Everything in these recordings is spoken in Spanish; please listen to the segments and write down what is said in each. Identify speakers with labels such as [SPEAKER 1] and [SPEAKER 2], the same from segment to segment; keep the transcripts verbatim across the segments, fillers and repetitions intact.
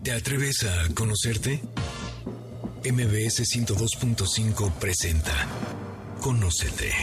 [SPEAKER 1] ¿Te atreves a conocerte? M B S ciento dos punto cinco presenta Conócete.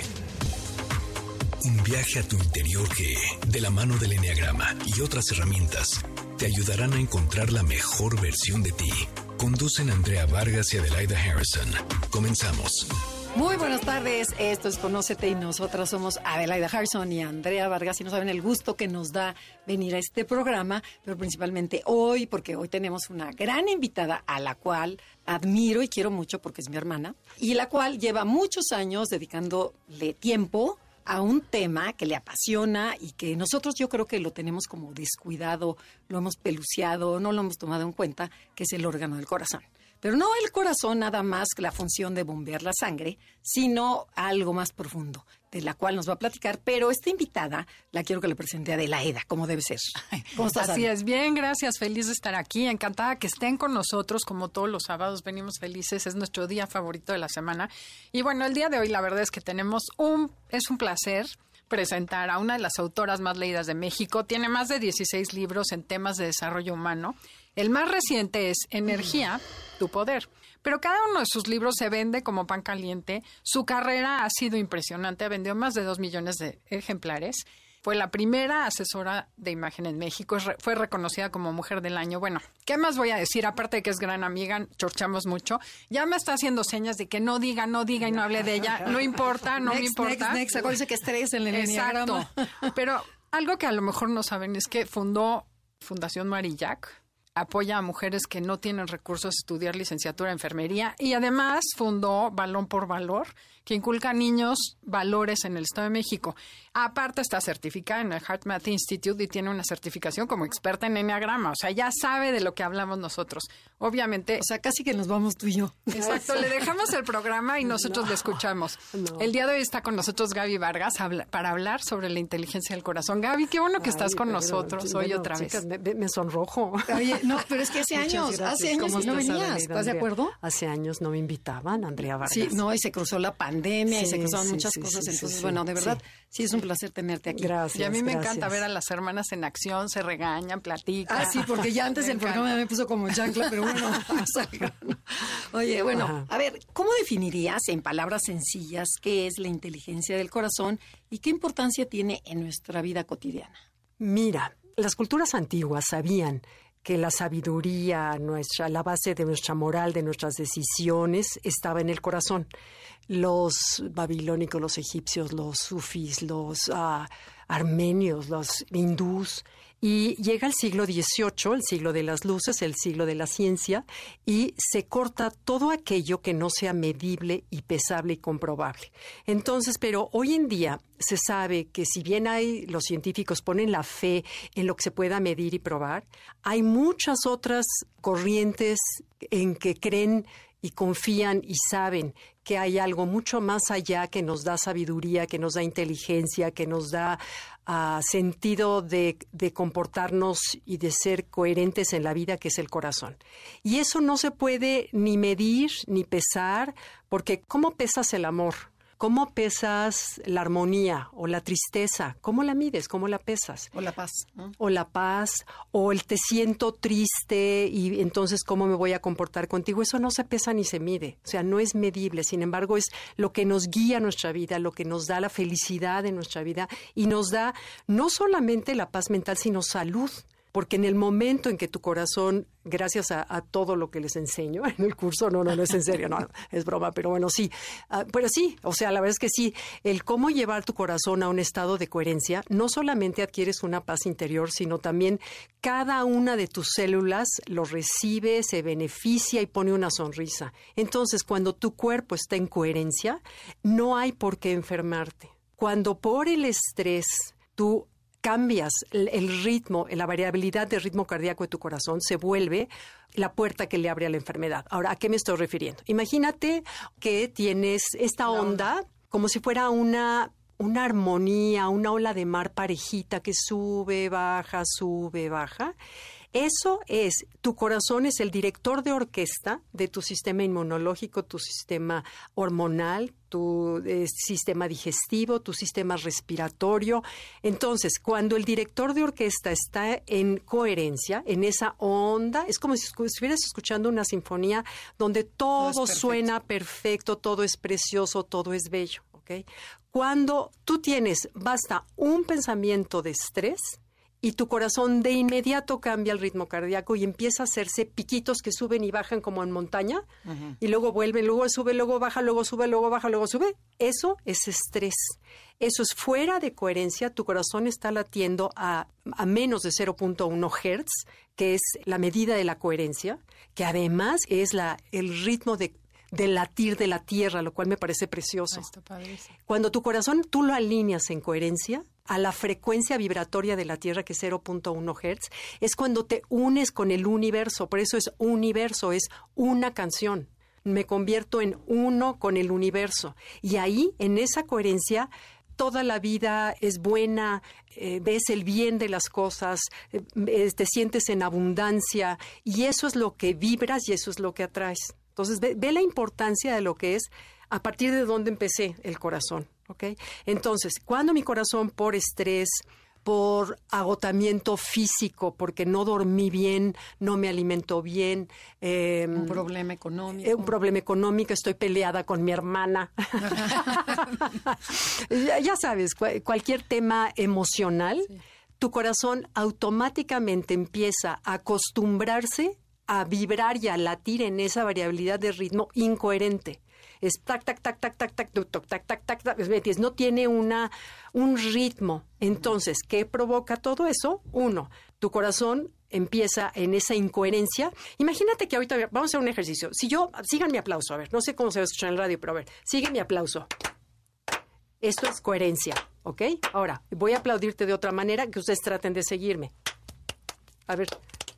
[SPEAKER 1] Un viaje a tu interior que, de la mano del Enneagrama y otras herramientas, te ayudarán a encontrar la mejor versión de ti. Conducen Andrea Vargas y Adelaida Harrison. Comenzamos.
[SPEAKER 2] Muy buenas tardes, esto es Conócete y nosotras somos Adelaida Harrison y Andrea Vargas y no saben el gusto que nos da venir a este programa, pero principalmente hoy, porque hoy tenemos una gran invitada a la cual admiro y quiero mucho porque es mi hermana y la cual lleva muchos años dedicándole tiempo a un tema que le apasiona y que nosotros yo creo que lo tenemos como descuidado, lo hemos peluciado, no lo hemos tomado en cuenta, que es el órgano del corazón. Pero no el corazón nada más que la función de bombear la sangre, sino algo más profundo, de la cual nos va a platicar. Pero esta invitada la quiero que le presente a Adelaida, como debe ser.
[SPEAKER 3] ¿Cómo estás, Así Adel? es, bien, gracias, feliz de estar aquí, encantada que estén con nosotros, como todos los sábados venimos felices, es nuestro día favorito de la semana. Y bueno, el día de hoy la verdad es que tenemos un, es un placer presentar a una de las autoras más leídas de México. Tiene más de dieciséis libros en temas de desarrollo humano. El más reciente es Energía, tu poder. Pero cada uno de sus libros se vende como pan caliente. Su carrera ha sido impresionante. Ha vendido más de dos millones de ejemplares. Fue la primera asesora de imagen en México. Fue reconocida como Mujer del Año. Bueno, ¿qué más voy a decir? Aparte de que es gran amiga, chorchamos mucho. Ya me está haciendo señas de que no diga, no diga y no hable de ella. No importa, no
[SPEAKER 2] next,
[SPEAKER 3] me importa.
[SPEAKER 2] Next, next. Acuérdense que es tres en el Enneagrama.
[SPEAKER 3] Exacto. Pero algo que a lo mejor no saben es que fundó Fundación Marillac. Apoya a mujeres que no tienen recursos a estudiar licenciatura en enfermería y además fundó Balón por Valor, que inculca a niños valores en el Estado de México. Aparte está certificada en el HeartMath Institute y tiene una certificación como experta en Enneagrama. O sea, ya sabe de lo que hablamos nosotros. Obviamente...
[SPEAKER 2] O sea, casi que nos vamos tú y yo.
[SPEAKER 3] Exacto, le dejamos el programa y nosotros no, le escuchamos. No. El día de hoy está con nosotros Gaby Vargas habla, para hablar sobre la inteligencia del corazón. Gaby, qué bueno que Ay, estás con pero, nosotros hoy bueno, otra
[SPEAKER 2] chicas,
[SPEAKER 3] vez.
[SPEAKER 2] Me, me sonrojo. Oye, no, pero es que hace años, hace años no venías, Adelaida, ¿estás de acuerdo?
[SPEAKER 4] Hace años no me invitaban, Andrea Vargas.
[SPEAKER 2] Sí, no, y se cruzó la pandemia
[SPEAKER 4] sí,
[SPEAKER 2] y se cruzaron
[SPEAKER 4] sí,
[SPEAKER 2] muchas
[SPEAKER 4] sí,
[SPEAKER 2] cosas.
[SPEAKER 4] Sí,
[SPEAKER 2] entonces,
[SPEAKER 4] sí,
[SPEAKER 2] bueno, de verdad,
[SPEAKER 4] sí.
[SPEAKER 2] sí es un placer tenerte aquí.
[SPEAKER 4] Gracias,
[SPEAKER 3] Y a mí me
[SPEAKER 4] gracias.
[SPEAKER 3] encanta ver a las hermanas en acción, se regañan, platican.
[SPEAKER 2] Ah, sí, porque ya antes el programa me puso como chancla, pero bueno, Oye, bueno, Ajá. a ver, ¿cómo definirías en palabras sencillas qué es la inteligencia del corazón y qué importancia tiene en nuestra vida cotidiana?
[SPEAKER 4] Mira, las culturas antiguas sabían que la sabiduría, nuestra, la base de nuestra moral, de nuestras decisiones, estaba en el corazón. Los babilónicos, los egipcios, los sufís, los uh, armenios, los hindús. Y llega el siglo dieciocho, el siglo de las luces, el siglo de la ciencia, y se corta todo aquello que no sea medible y pesable y comprobable. Entonces, pero hoy en día se sabe que si bien hay, los científicos ponen la fe en lo que se pueda medir y probar, hay muchas otras corrientes en que creen y confían y saben que hay algo mucho más allá que nos da sabiduría, que nos da inteligencia, que nos da uh, sentido de, de comportarnos y de ser coherentes en la vida, que es el corazón. Y eso no se puede ni medir ni pesar, porque ¿cómo pesas el amor? ¿Cómo pesas la armonía o la tristeza? ¿Cómo la mides? ¿Cómo la pesas?
[SPEAKER 2] O la paz, ¿no?
[SPEAKER 4] O la paz, o el te siento triste y entonces ¿cómo me voy a comportar contigo? Eso no se pesa ni se mide, o sea, no es medible. Sin embargo, es lo que nos guía nuestra vida, lo que nos da la felicidad en nuestra vida y nos da no solamente la paz mental, sino salud. Porque en el momento en que tu corazón, gracias a, a todo lo que les enseño en el curso, no, no, no es en serio, no, es broma, pero bueno, sí, uh, pero sí, o sea, la verdad es que sí, el cómo llevar tu corazón a un estado de coherencia, no solamente adquieres una paz interior, sino también cada una de tus células lo recibe, se beneficia y pone una sonrisa. Entonces, cuando tu cuerpo está en coherencia, no hay por qué enfermarte. Cuando por el estrés tú cambias el, el ritmo, la variabilidad del ritmo cardíaco de tu corazón, se vuelve la puerta que le abre a la enfermedad. Ahora, ¿a qué me estoy refiriendo? Imagínate que tienes esta onda como si fuera una, una armonía, una ola de mar parejita que sube, baja, sube, baja. Eso es, tu corazón es el director de orquesta de tu sistema inmunológico, tu sistema hormonal, tu eh, sistema digestivo, tu sistema respiratorio. Entonces, cuando el director de orquesta está en coherencia, en esa onda, es como si estuvieras escuchando una sinfonía donde todo, todo suena perfecto, todo es precioso, todo es bello, ¿ok? Cuando tú tienes, basta un pensamiento de estrés, y tu corazón de inmediato cambia el ritmo cardíaco y empieza a hacerse piquitos que suben y bajan como en montaña, uh-huh. y luego vuelve, luego sube, luego baja, luego sube, luego baja, luego sube. Eso es estrés. Eso es fuera de coherencia. Tu corazón está latiendo a, a menos de cero punto uno hertz, que es la medida de la coherencia, que además es la, el ritmo de del latir de la tierra, lo cual me parece precioso.
[SPEAKER 3] Está padrísimo.
[SPEAKER 4] Cuando tu corazón tú lo alineas en coherencia a la frecuencia vibratoria de la tierra, que es cero punto uno hertz, es cuando te unes con el universo. Por eso es universo, es una canción. Me convierto en uno con el universo. Y ahí, en esa coherencia, toda la vida es buena, eh, ves el bien de las cosas, eh, te sientes en abundancia, y eso es lo que vibras y eso es lo que atraes. Entonces, ve, ve la importancia de lo que es a partir de dónde empecé el corazón, ¿ok? Entonces, cuando mi corazón por estrés, por agotamiento físico, porque no dormí bien, no me alimento bien.
[SPEAKER 2] Eh, un problema económico.
[SPEAKER 4] Eh, un problema económico, estoy peleada con mi hermana. ya, ya sabes, cu- cualquier tema emocional, sí. Tu corazón automáticamente empieza a acostumbrarse a vibrar y a latir en esa variabilidad de ritmo incoherente. Es tac, tac, tac, tac, tac, tac, tac, tac, tac, tac, tac, no tiene una, un ritmo. Entonces, ¿qué provoca todo eso? Uno, tu corazón empieza en esa incoherencia. Imagínate que ahorita, vamos a hacer un ejercicio. Si yo, sigan mi aplauso, a ver, no sé cómo se va a escuchar en el radio, pero a ver, sigue mi aplauso. Esto es coherencia, ¿ok? Ahora, voy a aplaudirte de otra manera, que ustedes traten de seguirme. A ver.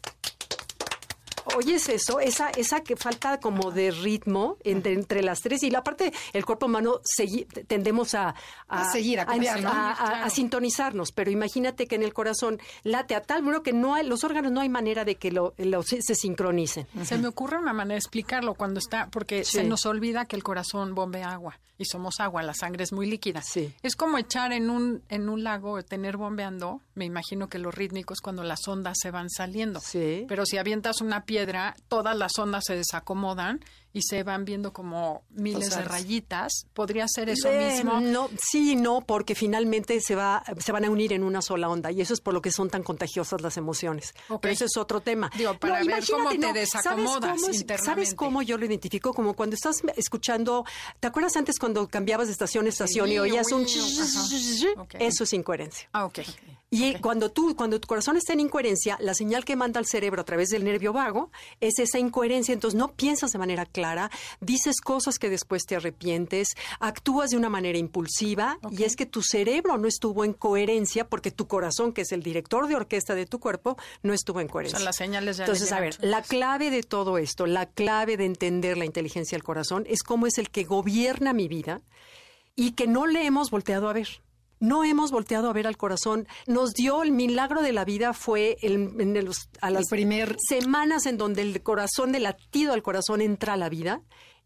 [SPEAKER 4] ¿Oyes eso? Esa, esa que falta como de ritmo entre, entre las tres. Y la parte, el cuerpo humano segui, tendemos a, a,
[SPEAKER 2] a seguir, a, copiar,
[SPEAKER 4] a,
[SPEAKER 2] ¿no?
[SPEAKER 4] a, a,
[SPEAKER 2] claro.
[SPEAKER 4] a sintonizarnos. Pero imagínate que en el corazón late a tal modo que no hay, los órganos no hay manera de que lo, lo, se, se sincronicen.
[SPEAKER 3] Se me ocurre una manera de explicarlo cuando está, porque
[SPEAKER 4] Sí.
[SPEAKER 3] se nos olvida que el corazón bombea agua y somos agua, la sangre es muy líquida.
[SPEAKER 4] Sí.
[SPEAKER 3] Es como echar en un en un lago, tener bombeando, me imagino que lo rítmico es cuando las ondas se van saliendo.
[SPEAKER 4] Sí.
[SPEAKER 3] Pero si avientas una piedra, todas las ondas se desacomodan y se van viendo como miles
[SPEAKER 2] O sea,
[SPEAKER 3] de rayitas. ¿Podría ser eso
[SPEAKER 4] Eh,
[SPEAKER 3] mismo?
[SPEAKER 4] No, sí y no, porque finalmente se va, se van a unir en una sola onda y eso es por lo que son tan contagiosas las emociones.
[SPEAKER 3] Ok.
[SPEAKER 4] Pero ese es otro tema.
[SPEAKER 3] Digo, para ver
[SPEAKER 4] imagínate,
[SPEAKER 3] cómo te
[SPEAKER 4] no,
[SPEAKER 3] desacomodas
[SPEAKER 4] ¿sabes cómo, es-
[SPEAKER 3] internamente.
[SPEAKER 4] ¿Sabes cómo yo lo identifico? Como cuando estás escuchando, ¿te acuerdas antes cuando cambiabas de estación a estación
[SPEAKER 3] Sí,
[SPEAKER 4] y oías un...
[SPEAKER 3] ajá. Ok.
[SPEAKER 4] Eso es incoherencia.
[SPEAKER 3] Ah, ok.
[SPEAKER 4] Y
[SPEAKER 3] Ok.
[SPEAKER 4] cuando tú, cuando tu corazón está en incoherencia, la señal que manda al cerebro a través del nervio vago es esa incoherencia. Entonces no piensas de manera clara, dices cosas que después te arrepientes, actúas de una manera impulsiva,
[SPEAKER 3] Ok.
[SPEAKER 4] y es que tu cerebro no estuvo en coherencia porque tu corazón, que es el director de orquesta de tu cuerpo, no estuvo en
[SPEAKER 3] O
[SPEAKER 4] coherencia.
[SPEAKER 3] sea, las señales ya
[SPEAKER 4] Entonces,
[SPEAKER 3] le
[SPEAKER 4] a ver,
[SPEAKER 3] llegan.
[SPEAKER 4] la clave de todo esto, la clave de entender la inteligencia del corazón es cómo es el que gobierna mi vida y que no le hemos volteado a ver. No hemos volteado a ver al corazón. Nos dio el milagro de la vida fue el, en el- a las
[SPEAKER 2] El primer-
[SPEAKER 4] semanas en donde el corazón, el latido al corazón entra a la vida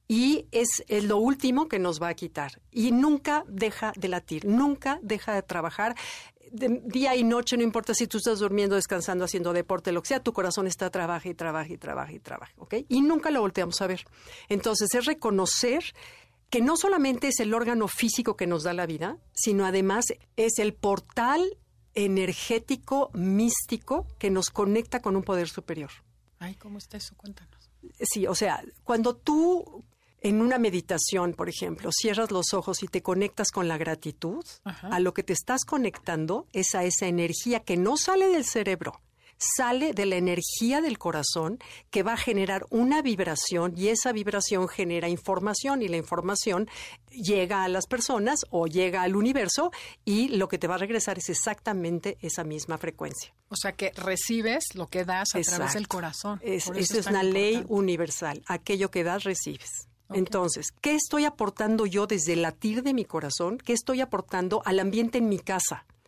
[SPEAKER 4] y es, es lo último que nos va a quitar. Y nunca deja de latir, nunca deja de trabajar. De día y noche, no importa si tú estás durmiendo, descansando, haciendo deporte, lo que sea, tu corazón está trabaja y trabaja y trabaja y trabaja, ¿ok? Y nunca lo volteamos a ver. Entonces, es reconocer que no solamente es el órgano físico que nos da la vida, sino además es el portal energético, místico, que nos conecta con un poder superior.
[SPEAKER 3] Ay, ¿cómo está eso? Cuéntanos.
[SPEAKER 4] Sí, o sea, cuando tú en una meditación, por ejemplo, cierras los ojos y te conectas con la gratitud,
[SPEAKER 3] Ajá.
[SPEAKER 4] a lo que te estás conectando es a esa energía que no sale del cerebro, sale de la energía del corazón que va a generar una vibración y esa vibración genera información y la información llega a las personas o llega al universo y lo que te va a regresar es exactamente esa misma frecuencia.
[SPEAKER 3] O sea, que recibes lo que das a través
[SPEAKER 4] Exacto.
[SPEAKER 3] del corazón.
[SPEAKER 4] Es,
[SPEAKER 3] Por eso
[SPEAKER 4] esa es
[SPEAKER 3] tan
[SPEAKER 4] una ley
[SPEAKER 3] importante.
[SPEAKER 4] universal. Aquello que das, recibes.
[SPEAKER 3] Ok.
[SPEAKER 4] Entonces, ¿qué estoy aportando yo desde el latir de mi corazón? ¿Qué estoy aportando al ambiente en mi casa?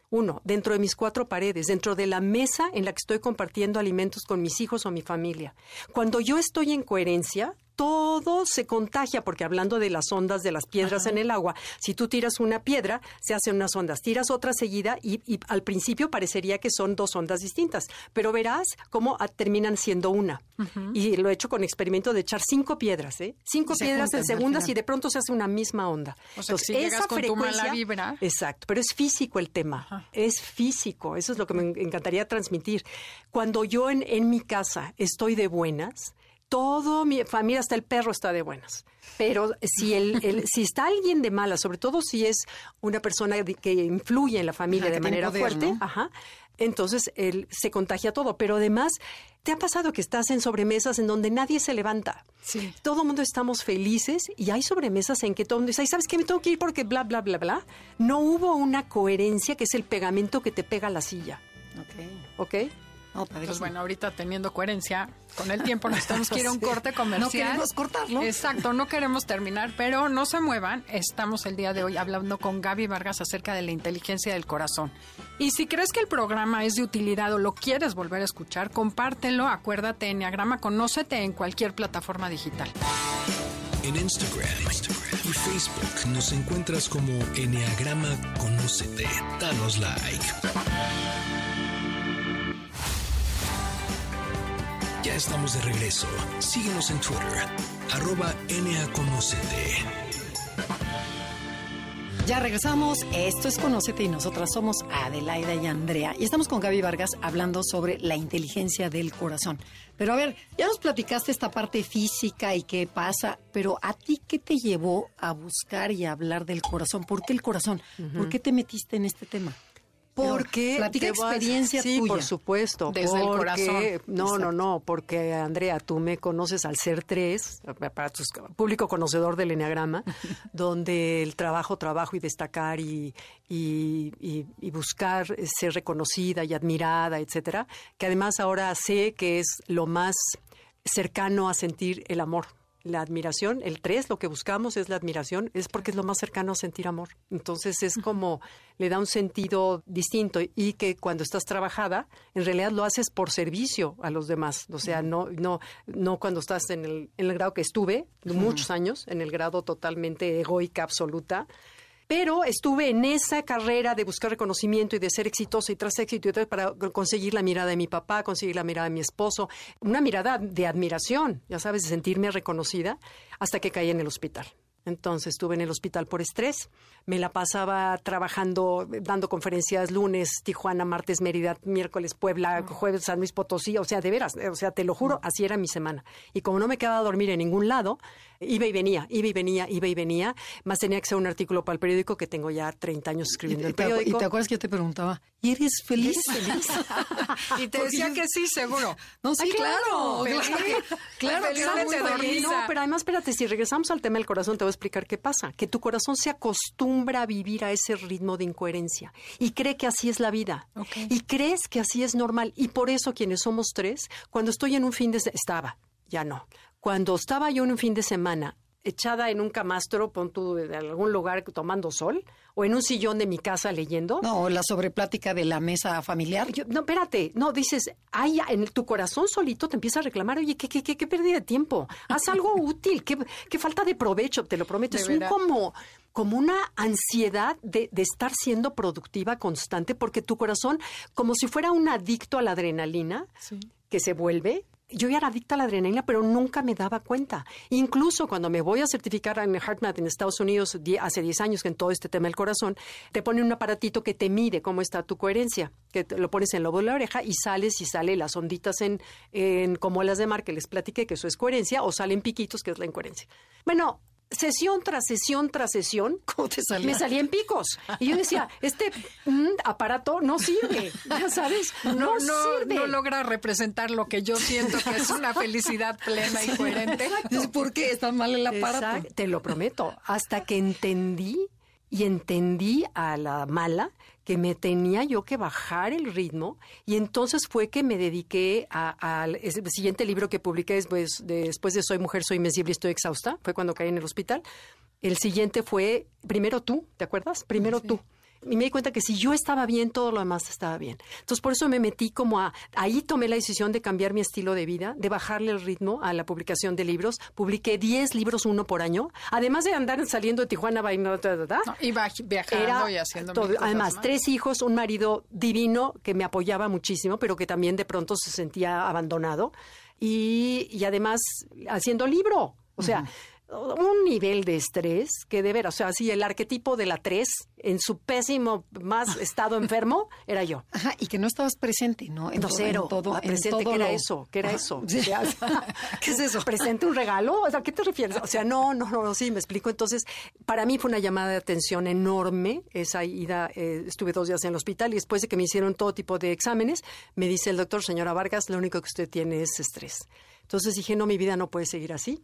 [SPEAKER 4] Uno, dentro de mis cuatro paredes, dentro de la mesa en la que estoy compartiendo alimentos con mis hijos o mi familia. Cuando yo estoy en coherencia, todo se contagia, porque hablando de las ondas de las piedras Ajá. en el agua, si tú tiras una piedra, se hacen unas ondas, tiras otra seguida y, y al principio parecería que son dos ondas distintas, pero verás cómo a, terminan siendo una. Uh-huh. Y lo he hecho con experimento de echar cinco piedras, ¿eh? Cinco se piedras en segundas y de pronto se hace una misma onda.
[SPEAKER 3] O sea, Entonces, si esa llegas con frecuencia, tu mala vibra.
[SPEAKER 4] Exacto, pero es físico el tema, Ajá. es físico, eso es lo que me encantaría transmitir. Cuando yo en, en mi casa estoy de buenas, todo mi familia, hasta el perro está de buenas. Pero si el, el si está alguien de malas, sobre todo si es una persona de, que influye en la familia ajá, de manera poder, fuerte, ¿no? ajá, entonces él se contagia todo. Pero además, ¿te ha pasado que estás en sobremesas en donde nadie se levanta?
[SPEAKER 3] Sí.
[SPEAKER 4] Todo el mundo estamos felices y hay sobremesas en que todo el mundo dice, ay, ¿sabes qué? Me tengo que ir porque bla, bla, bla, bla. No hubo una coherencia que es el pegamento que te pega a la silla.
[SPEAKER 2] Ok.
[SPEAKER 4] ¿Ok?
[SPEAKER 3] No, pues bueno, ahorita teniendo coherencia, con el tiempo nos tenemos que ir a un sí. corte comercial.
[SPEAKER 2] No queremos cortarlo.
[SPEAKER 3] Exacto, no queremos terminar, pero no se muevan. Estamos el día de hoy hablando con Gaby Vargas acerca de la inteligencia del corazón. Y si crees que el programa es de utilidad o lo quieres volver a escuchar, compártelo. Acuérdate, Enneagrama Conócete en cualquier plataforma digital.
[SPEAKER 1] En Instagram, Instagram y Facebook nos encuentras como Enneagrama Conócete. Danos like. Ya estamos de regreso. Síguenos en Twitter, arroba Enneaconócete.
[SPEAKER 2] Ya regresamos. Esto es Conócete y nosotras somos Adelaida y Andrea. Y estamos con Gaby Vargas hablando sobre la inteligencia del corazón. Pero a ver, ya nos platicaste esta parte física y qué pasa, pero ¿a ti qué te llevó a buscar y a hablar del corazón? ¿Por qué el corazón? Uh-huh. ¿Por qué te metiste en este tema?
[SPEAKER 4] Porque
[SPEAKER 2] platica experiencia
[SPEAKER 4] sí,
[SPEAKER 2] tuya.
[SPEAKER 4] por supuesto.
[SPEAKER 3] Desde
[SPEAKER 4] porque,
[SPEAKER 3] el corazón.
[SPEAKER 4] No, Exacto. no, no, porque Andrea, tú me conoces al ser tres, para tu público conocedor del Enneagrama, donde el trabajo, trabajo y destacar y, y, y, y buscar ser reconocida y admirada, etcétera, que además ahora sé que es lo más cercano a sentir el amor. La admiración, el tres, lo que buscamos es la admiración, es porque es lo más cercano a sentir amor. Entonces es como, le da un sentido distinto y que cuando estás trabajada, en realidad lo haces por servicio a los demás. O sea, no no no cuando estás en el, en el grado que estuve, muchos años, en el grado totalmente egoica, absoluta. Pero estuve en esa carrera de buscar reconocimiento y de ser exitosa y tras éxito y tras para conseguir la mirada de mi papá, conseguir la mirada de mi esposo, una mirada de admiración, ya sabes, de sentirme reconocida, hasta que caí en el hospital. Entonces estuve en el hospital por estrés, me la pasaba trabajando, dando conferencias lunes, Tijuana, martes, Mérida, miércoles, Puebla, jueves, San Luis Potosí, o sea, de veras, o sea, te lo juro, así era mi semana. Y como no me quedaba a dormir en ningún lado, iba y venía, iba y venía, iba y venía, más tenía que hacer un artículo para el periódico, que tengo ya treinta años escribiendo
[SPEAKER 2] y,
[SPEAKER 4] el periódico.
[SPEAKER 2] ¿Y te acuerdas que yo te preguntaba, ¿y eres feliz?
[SPEAKER 4] ¿Eres feliz?
[SPEAKER 3] Y te decía yo... que sí, seguro.
[SPEAKER 2] No, sí,
[SPEAKER 3] Ay,
[SPEAKER 2] claro,
[SPEAKER 3] claro,
[SPEAKER 2] claro,
[SPEAKER 3] claro,
[SPEAKER 2] claro,
[SPEAKER 3] feliz.
[SPEAKER 4] No, pero además, espérate, si regresamos al tema del corazón, te voy a explicar qué pasa. Que tu corazón se acostumbra a vivir a ese ritmo de incoherencia y cree que así es la vida.
[SPEAKER 3] Okay.
[SPEAKER 4] Y crees que así es normal. Y por eso quienes somos tres, cuando estoy en un fin de semana, estaba, ya no. Cuando estaba yo en un fin de semana, echada en un camastro, pon tú de algún lugar tomando sol, o en un sillón de mi casa leyendo.
[SPEAKER 2] No, la sobreplática de la mesa familiar.
[SPEAKER 4] Yo, no, espérate, no, dices, ay, en tu corazón solito te empieza a reclamar, oye, qué, qué, qué, qué pérdida de tiempo, haz algo útil, qué, qué falta de provecho, te lo prometo, es un como, como una ansiedad de, de estar siendo productiva constante, porque tu corazón, como si fuera un adicto a la adrenalina, sí. que se vuelve. Yo ya era adicta a la adrenalina, pero nunca me daba cuenta. Incluso cuando me voy a certificar en HeartMath en Estados Unidos hace diez años, que en todo este tema del corazón, te ponen un aparatito que te mide cómo está tu coherencia, que te lo pones en el lobo de la oreja y sales y sale las onditas en, en como las de mar que les platiqué, que eso es coherencia, o salen piquitos, que es la incoherencia. Bueno, sesión tras sesión tras sesión,
[SPEAKER 2] ¿cómo te salía?
[SPEAKER 4] Me salía en picos. Y yo decía, este mm, aparato no sirve, ya sabes, no,
[SPEAKER 3] no, no
[SPEAKER 4] sirve.
[SPEAKER 3] No logra representar lo que yo siento que es una felicidad plena y coherente.
[SPEAKER 2] ¿Por qué está mal el aparato?
[SPEAKER 4] Exacto, te lo prometo, hasta que entendí y entendí a la mala que me tenía yo que bajar el ritmo, y entonces fue que me dediqué al siguiente libro que publiqué después de, después de Soy Mujer, Soy Invencible y Estoy Exhausta, fue cuando caí en el hospital. El siguiente fue Primero Tú, ¿te acuerdas? Primero sí. Tú. y me di cuenta que si yo estaba bien, todo lo demás estaba bien. Entonces, por eso me metí como a... Ahí tomé la decisión de cambiar mi estilo de vida, de bajarle el ritmo a la publicación de libros. Publiqué diez libros, uno por año. Además de andar saliendo de Tijuana, no,
[SPEAKER 3] iba viajando
[SPEAKER 4] era
[SPEAKER 3] y haciendo
[SPEAKER 4] todo,
[SPEAKER 3] mil cosas
[SPEAKER 4] además,
[SPEAKER 3] más.
[SPEAKER 4] tres hijos, un marido divino que me apoyaba muchísimo, pero que también de pronto se sentía abandonado. Y, y además, haciendo libro. O sea... Uh-huh. Un nivel de estrés que de veras, o sea, sí, el arquetipo de la tres, en su pésimo más estado enfermo, era yo.
[SPEAKER 2] Ajá, y que no estabas presente, ¿no? En
[SPEAKER 4] no,
[SPEAKER 2] todo,
[SPEAKER 4] cero.
[SPEAKER 2] En todo,
[SPEAKER 4] ah,
[SPEAKER 2] en
[SPEAKER 4] presente,
[SPEAKER 2] todo
[SPEAKER 4] ¿qué era
[SPEAKER 2] lo...
[SPEAKER 4] eso? ¿Qué era
[SPEAKER 2] Ajá.
[SPEAKER 4] eso? O sea, ¿qué es eso? ¿Presente un regalo? O sea, ¿a qué te refieres? O sea, no, no, no, no, sí, me explico. Entonces, para mí fue una llamada de atención enorme esa ida. Eh, estuve dos días en el hospital y después de que me hicieron todo tipo de exámenes, me dice el doctor, señora Vargas, lo único que usted tiene es estrés. Entonces dije, no, mi vida no puede seguir así.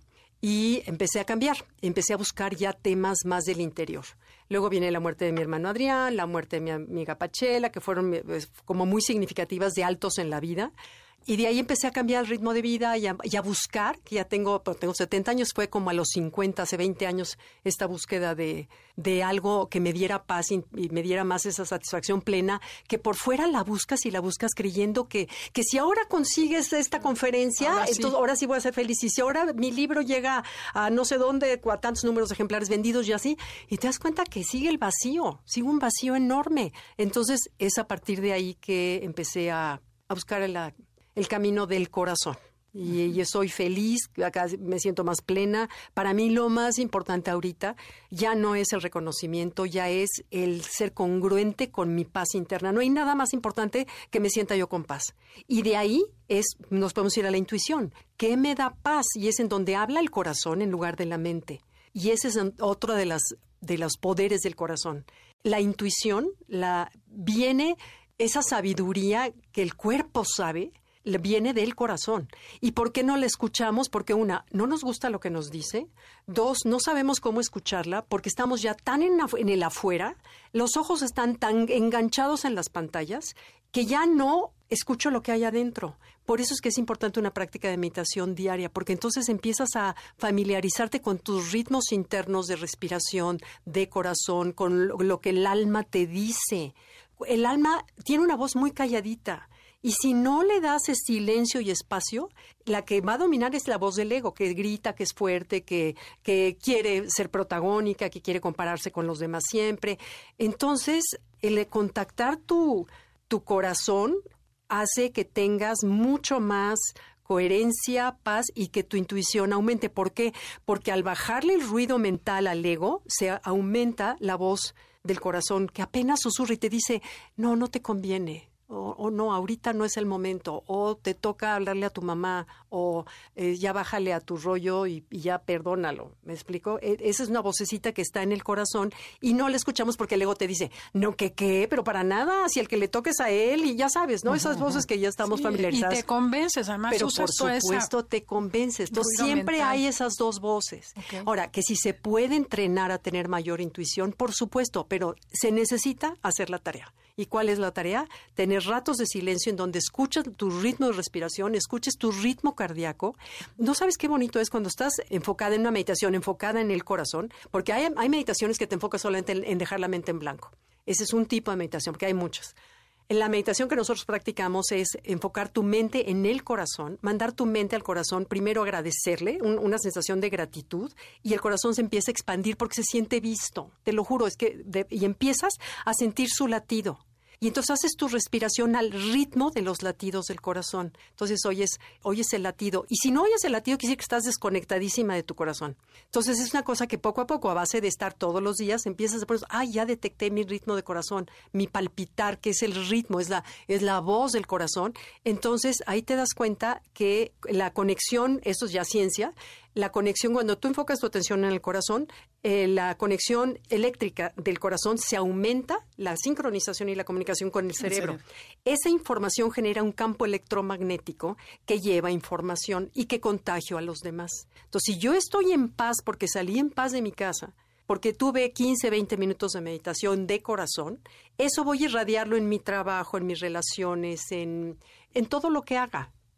[SPEAKER 4] Y empecé a cambiar, empecé a buscar ya temas más del interior. Luego viene la muerte de mi hermano Adrián, la muerte de mi amiga Pachela, que fueron pues, como muy significativas de altos en la vida. Y de ahí empecé a cambiar el ritmo de vida y a, y a buscar, que ya tengo, tengo setenta años, fue como a los cincuenta, hace veinte años, esta búsqueda de, de algo que me diera paz y, y me diera más esa satisfacción plena, que por fuera la buscas y la buscas creyendo que, que si ahora consigues esta conferencia,
[SPEAKER 3] ahora sí.
[SPEAKER 4] entonces ahora sí voy a ser feliz. Y si ahora mi libro llega a no sé dónde, a tantos números de ejemplares vendidos y así, y te das cuenta que sigue el vacío, sigue un vacío enorme. Entonces es a partir de ahí que empecé a, a buscar la... el camino del corazón. Y, y soy feliz, acá me siento más plena. Para mí lo más importante ahorita ya no es el reconocimiento, ya es el ser congruente con mi paz interna. No hay nada más importante que me sienta yo con paz. Y de ahí es, nos podemos ir a la intuición. ¿Qué me da paz? Y es en donde habla el corazón en lugar de la mente. Y ese es otro de, las, de los poderes del corazón. La intuición la, viene, esa sabiduría que el cuerpo sabe, viene del corazón. ¿Y por qué no la escuchamos? Porque una, no nos gusta lo que nos dice. Dos, no sabemos cómo escucharla porque estamos ya tan en, en el afuera, los ojos están tan enganchados en las pantallas que ya no escucho lo que hay adentro. Por eso es que es importante una práctica de meditación diaria, porque entonces empiezas a familiarizarte con tus ritmos internos de respiración, de corazón, con lo, lo que el alma te dice. El alma tiene una voz muy calladita. Y si no le das ese silencio y espacio, la que va a dominar es la voz del ego, que grita, que es fuerte, que, que quiere ser protagónica, que quiere compararse con los demás siempre. Entonces, el contactar tu, tu corazón hace que tengas mucho más coherencia, paz y que tu intuición aumente. ¿Por qué? Porque al bajarle el ruido mental al ego, se aumenta la voz del corazón, que apenas susurra y te dice, no, no te conviene. O, o no, ahorita no es el momento, o te toca hablarle a tu mamá, o eh, ya bájale a tu rollo y, y ya perdónalo. ¿Me explico? E- esa es una vocecita que está en el corazón y no la escuchamos porque el ego te dice, no, que qué, pero para nada, si el que le toques a él y ya sabes, ¿no? Esas voces que ya estamos
[SPEAKER 3] Sí,
[SPEAKER 4] familiarizadas.
[SPEAKER 3] Y te convences, además
[SPEAKER 4] Pero
[SPEAKER 3] usas
[SPEAKER 4] por
[SPEAKER 3] toda
[SPEAKER 4] supuesto
[SPEAKER 3] esa
[SPEAKER 4] te convences. Entonces
[SPEAKER 3] ruido
[SPEAKER 4] siempre
[SPEAKER 3] mental.
[SPEAKER 4] hay esas dos voces.
[SPEAKER 3] Okay.
[SPEAKER 4] Ahora, que si se puede entrenar a tener mayor intuición, por supuesto, pero se necesita hacer la tarea. ¿Y cuál es la tarea? Tener ratos de silencio en donde escuchas tu ritmo de respiración, escuches tu ritmo cardíaco. ¿No sabes qué bonito es cuando estás enfocada en una meditación, enfocada en el corazón? Porque hay, hay meditaciones que te enfocas solamente en, en dejar la mente en blanco. Ese es un tipo de meditación, porque hay muchas. En la meditación que nosotros practicamos es enfocar tu mente en el corazón, mandar tu mente al corazón, primero agradecerle, un, una sensación de gratitud, y el corazón se empieza a expandir porque se siente visto. Te lo juro, es que de, y empiezas a sentir su latido. Y entonces haces tu respiración al ritmo de los latidos del corazón. Entonces oyes, oyes el latido. Y si no oyes el latido, quiere decir que estás desconectadísima de tu corazón. Entonces es una cosa que poco a poco, a base de estar todos los días, empiezas a poner, ay, ya detecté mi ritmo de corazón, mi palpitar, que es el ritmo, es la, es la voz del corazón. Entonces ahí te das cuenta que la conexión, esto es ya ciencia, la conexión, cuando tú enfocas tu atención en el corazón, eh, la conexión eléctrica del corazón se aumenta, la sincronización y la comunicación con el cerebro. Esa información genera un campo electromagnético que lleva información y que contagio a los demás. Entonces, si yo estoy en paz porque salí en paz de mi casa, porque tuve quince, veinte minutos de meditación de corazón, eso voy a irradiarlo en mi trabajo, en mis relaciones, en, en todo lo que haga.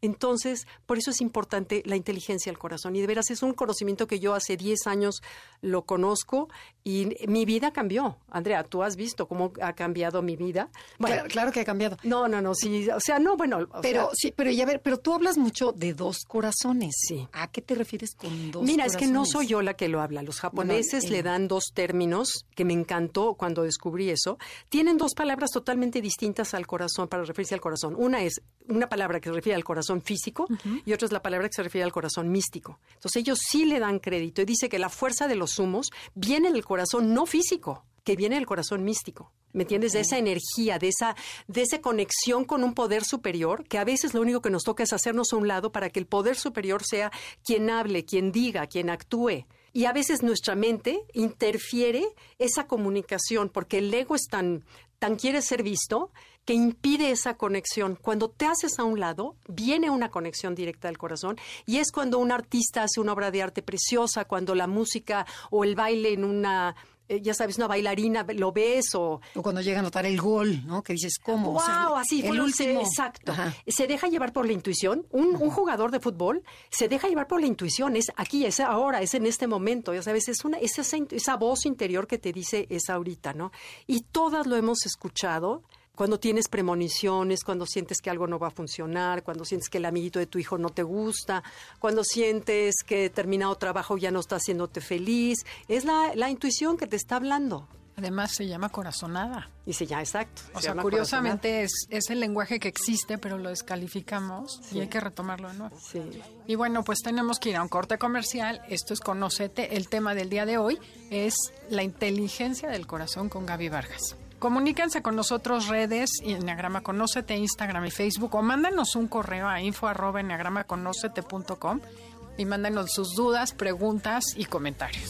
[SPEAKER 4] Entonces, por eso es importante la inteligencia del corazón. Y de veras, es un conocimiento que yo hace diez años lo conozco y mi vida cambió. Andrea, tú has visto cómo ha cambiado mi vida.
[SPEAKER 2] Bueno, claro, claro que ha cambiado.
[SPEAKER 4] No, no, no, sí, o sea, no, bueno.
[SPEAKER 2] Pero
[SPEAKER 4] sea,
[SPEAKER 2] sí, pero ya ver, pero tú hablas mucho de dos corazones.
[SPEAKER 4] Sí.
[SPEAKER 2] ¿A qué te refieres con dos
[SPEAKER 4] Mira,
[SPEAKER 2] corazones?
[SPEAKER 4] es que no soy yo la que lo habla. Los japoneses
[SPEAKER 2] Bueno, eh,
[SPEAKER 4] le dan dos términos que me encantó cuando descubrí eso. Tienen dos palabras totalmente distintas al corazón, para referirse al corazón. Una es una palabra que se refiere al corazón físico uh-huh. y otra es la palabra que se refiere al corazón místico. Entonces ellos sí le dan crédito y dice que la fuerza de los humos viene del corazón no físico, que viene del corazón místico. ¿Me entiendes? Okay. De esa energía, de esa, de esa conexión con un poder superior, que a veces lo único que nos toca es hacernos a un lado para que el poder superior sea quien hable, quien diga, quien actúe. Y a veces nuestra mente interfiere esa comunicación, porque el ego es tan, tan quiere ser visto, que impide esa conexión. Cuando te haces a un lado, viene una conexión directa del corazón, y es cuando un artista hace una obra de arte preciosa, cuando la música o el baile en una... Eh, ya sabes, una bailarina, lo ves o...
[SPEAKER 2] O cuando llega a notar el gol, ¿no? Que dices, ¿cómo?
[SPEAKER 4] ¡Wow! O sea, así fue
[SPEAKER 2] el último.
[SPEAKER 4] Exacto.
[SPEAKER 2] Ajá.
[SPEAKER 4] Se deja llevar por la intuición. Un, un jugador de fútbol se deja llevar por la intuición. Es aquí, es ahora, es en este momento. Ya sabes, es, una, es esa, esa voz interior que te dice es ahorita, ¿no? Y todas lo hemos escuchado. Cuando tienes premoniciones, cuando sientes que algo no va a funcionar, cuando sientes que el amiguito de tu hijo no te gusta, cuando sientes que determinado trabajo ya no está haciéndote feliz, es la, la intuición que te está hablando.
[SPEAKER 3] Además se llama corazonada.
[SPEAKER 4] Y se llama, exacto.
[SPEAKER 3] O sea, curiosamente es, es el lenguaje que existe, pero lo descalificamos sí. y hay que retomarlo de nuevo.
[SPEAKER 4] Sí.
[SPEAKER 3] Y bueno, pues tenemos que ir a un corte comercial. Esto es Conócete. El tema del día de hoy es la inteligencia del corazón con Gaby Vargas. Comuníquense con nosotros, redes, Enneagrama Conócete, Instagram y Facebook, o mándanos un correo a info arroba enneagrama conócete punto com y mándanos sus dudas, preguntas y comentarios.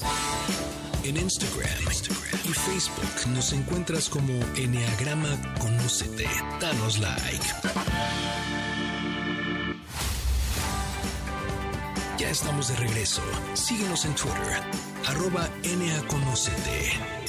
[SPEAKER 1] En Instagram, Instagram y Facebook nos encuentras como Enneagrama Conócete. Danos like. Ya estamos de regreso. Síguenos en Twitter, arroba Enneaconócete.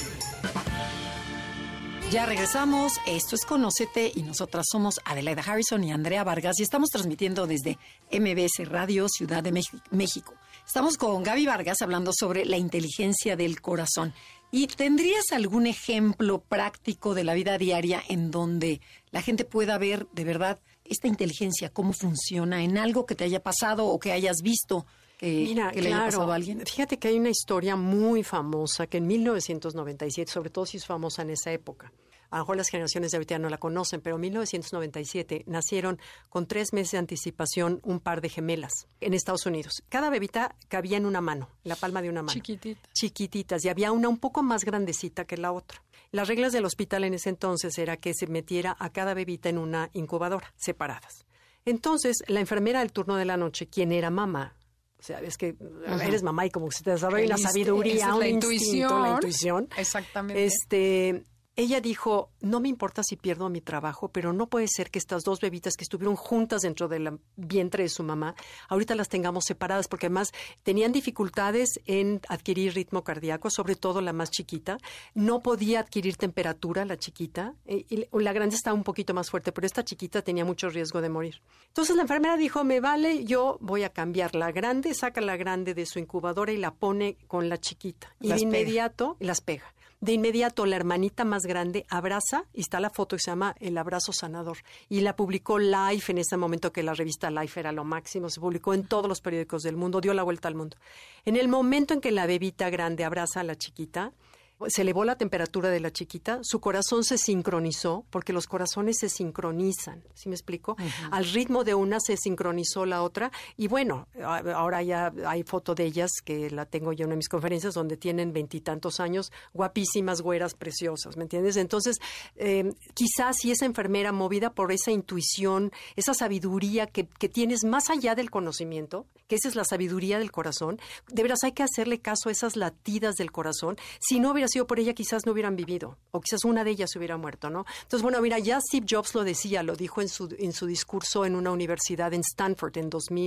[SPEAKER 2] Ya regresamos, esto es Conócete y nosotras somos Adelaida Harrison y Andrea Vargas y estamos transmitiendo desde M B S Radio Ciudad de México. Estamos con Gaby Vargas hablando sobre la inteligencia del corazón. ¿Y tendrías algún ejemplo práctico de la vida diaria en donde la gente pueda ver de verdad esta inteligencia, cómo funciona en algo que te haya pasado o que hayas visto? Que,
[SPEAKER 4] Mira,
[SPEAKER 2] que le
[SPEAKER 4] claro,
[SPEAKER 2] haya pasado a alguien.
[SPEAKER 4] Fíjate que hay una historia muy famosa que en mil novecientos noventa y siete, sobre todo si es famosa en esa época, a lo mejor las generaciones de ahorita no la conocen, pero en mil novecientos noventa y siete nacieron con tres meses de anticipación un par de gemelas en Estados Unidos. Cada bebita cabía en una mano, en la palma de una mano.
[SPEAKER 3] Chiquititas.
[SPEAKER 4] Chiquititas, y había una un poco más grandecita que la otra. Las reglas del hospital en ese entonces era que se metiera a cada bebita en una incubadora, separadas. Entonces, la enfermera del turno de la noche, quien era mamá, o sea, es que uh-huh. eres mamá y como que se te desarrolla una sabiduría,
[SPEAKER 3] es
[SPEAKER 4] un
[SPEAKER 3] la
[SPEAKER 4] instinto,
[SPEAKER 3] intuición.
[SPEAKER 4] la intuición.
[SPEAKER 3] Exactamente.
[SPEAKER 4] Este, ella dijo, no me importa si pierdo mi trabajo, pero no puede ser que estas dos bebitas que estuvieron juntas dentro del vientre de su mamá, ahorita las tengamos separadas, porque además tenían dificultades en adquirir ritmo cardíaco, sobre todo la más chiquita. No podía adquirir temperatura la chiquita, y la grande estaba un poquito más fuerte, pero esta chiquita tenía mucho riesgo de morir. Entonces la enfermera dijo, me vale, yo voy a cambiar la grande, saca la grande de su incubadora y la pone con la chiquita. Y
[SPEAKER 2] las
[SPEAKER 4] de
[SPEAKER 2] pega.
[SPEAKER 4] inmediato las pega. De inmediato la hermanita más grande abraza, y está la foto que se llama El abrazo sanador, y la publicó Life en ese momento que la revista Life era lo máximo, se publicó en todos los periódicos del mundo, dio la vuelta al mundo. En el momento en que la bebita grande abraza a la chiquita, se elevó la temperatura de la chiquita, su corazón se sincronizó, porque los corazones se sincronizan, ¿sí me explico? Uh-huh. Al ritmo de una se sincronizó la otra, y bueno, ahora ya hay foto de ellas, que la tengo yo en una de mis conferencias, donde tienen veintitantos años, guapísimas, güeras, preciosas, ¿me entiendes? Entonces, eh, quizás si esa enfermera, movida por esa intuición, esa sabiduría que, que tienes más allá del conocimiento, que esa es la sabiduría del corazón, de veras hay que hacerle caso a esas latidas del corazón. Si no hubiera sido por ella, quizás no hubieran vivido, o quizás una de ellas se hubiera muerto, ¿no? Entonces, bueno, mira, ya Steve Jobs lo decía, lo dijo en su, en su discurso en una universidad en Stanford en dos mil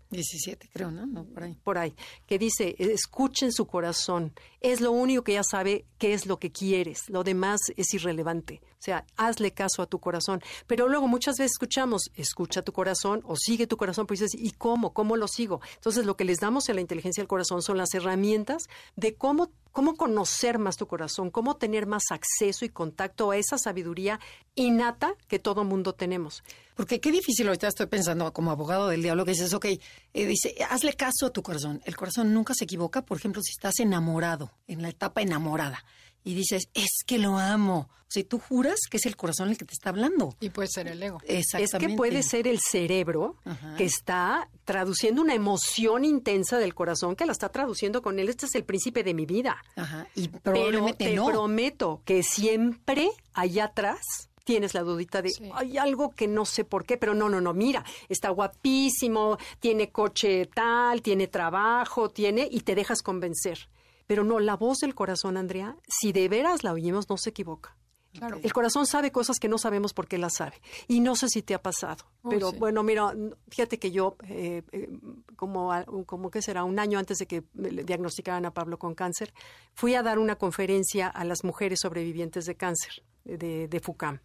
[SPEAKER 2] diecisiete, creo, ¿no? No, por ahí.
[SPEAKER 4] Por ahí, que dice, escuchen su corazón, es lo único que ya sabe qué es lo que quieres, lo demás es irrelevante. O sea, hazle caso a tu corazón. Pero luego muchas veces escuchamos, escucha tu corazón o sigue tu corazón, pues dices, ¿y cómo? ¿Cómo lo sigo? Entonces, lo que les damos en la inteligencia del corazón son las herramientas de cómo, cómo conocer más tu corazón, cómo tener más acceso y contacto a esa sabiduría innata que todo mundo tenemos.
[SPEAKER 2] Porque qué difícil, ahorita estoy pensando como abogado del diablo, que dices, ok, eh, dice, hazle caso a tu corazón. El corazón nunca se equivoca, por ejemplo, si estás enamorado, en la etapa enamorada, y dices, es que lo amo. O sea, tú juras que es el corazón el que te está hablando.
[SPEAKER 3] Y puede ser el ego.
[SPEAKER 2] Exactamente.
[SPEAKER 4] Es que puede ser el cerebro Ajá. que está traduciendo una emoción intensa del corazón, que la está traduciendo con él. Este es el príncipe de mi vida.
[SPEAKER 2] Ajá. Y
[SPEAKER 4] pero te
[SPEAKER 2] no.
[SPEAKER 4] prometo que siempre allá atrás tienes la dudita de, sí. hay algo que no sé por qué, pero no, no, no, mira, está guapísimo, tiene coche tal, tiene trabajo, tiene, y te dejas convencer. Pero no, la voz del corazón, Andrea, si de veras la oímos, no se equivoca. Claro. El corazón sabe cosas que no sabemos por qué las sabe. Y no sé si te ha pasado. Uy, pero sí. bueno, mira, fíjate que yo, eh, eh, como, como que será, un año antes de que le diagnosticaran a Pablo con cáncer, fui a dar una conferencia a las mujeres sobrevivientes de cáncer, de, de FUCAM.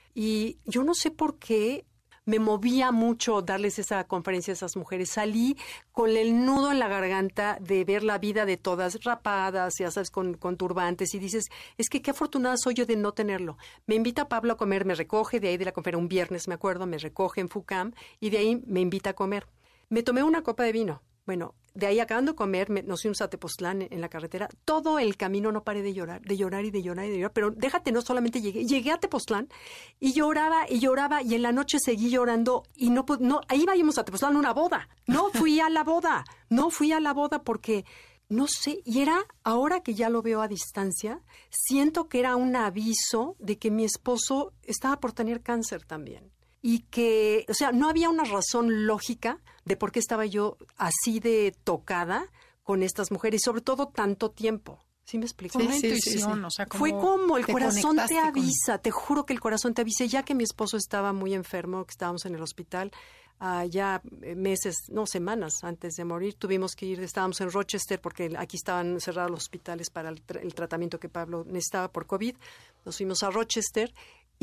[SPEAKER 4] Y yo no sé por qué me movía mucho darles esa conferencia a esas mujeres. Salí con el nudo en la garganta de ver la vida de todas rapadas, ya sabes, con, con turbantes, y dices, es que qué afortunada soy yo de no tenerlo. Me invita Pablo a comer, me recoge de ahí de la conferencia, un viernes me acuerdo, me recoge en FUCAM, y de ahí me invita a comer. Me tomé una copa de vino. Bueno, de ahí acabando de comer, me, nos fuimos a Tepoztlán en, en la carretera. Todo el camino no paré de llorar, de llorar y de llorar y de llorar. Pero déjate, no solamente llegué, llegué a Tepoztlán y lloraba y lloraba y en la noche seguí llorando y no, no, ahí íbamos a Tepoztlán a una boda. No fui a la boda, no fui a la boda porque, no sé, y era, ahora que ya lo veo a distancia, siento que era un aviso de que mi esposo estaba por tener cáncer también. Y que, o sea, no había una razón lógica de por qué estaba yo así de tocada con estas mujeres, sobre todo tanto tiempo. ¿Sí me explico?
[SPEAKER 3] Fue una
[SPEAKER 2] sí,
[SPEAKER 3] intuición,
[SPEAKER 2] sí, sí.
[SPEAKER 3] o sea, como
[SPEAKER 4] fue como el
[SPEAKER 2] te
[SPEAKER 4] corazón te avisa,
[SPEAKER 2] con...
[SPEAKER 4] te juro que el corazón te avisa. Ya que mi esposo estaba muy enfermo, que estábamos en el hospital, uh, ya meses, no, semanas antes de morir, tuvimos que ir, estábamos en Rochester porque aquí estaban cerrados los hospitales para el, tra- el tratamiento que Pablo necesitaba por COVID. Nos fuimos a Rochester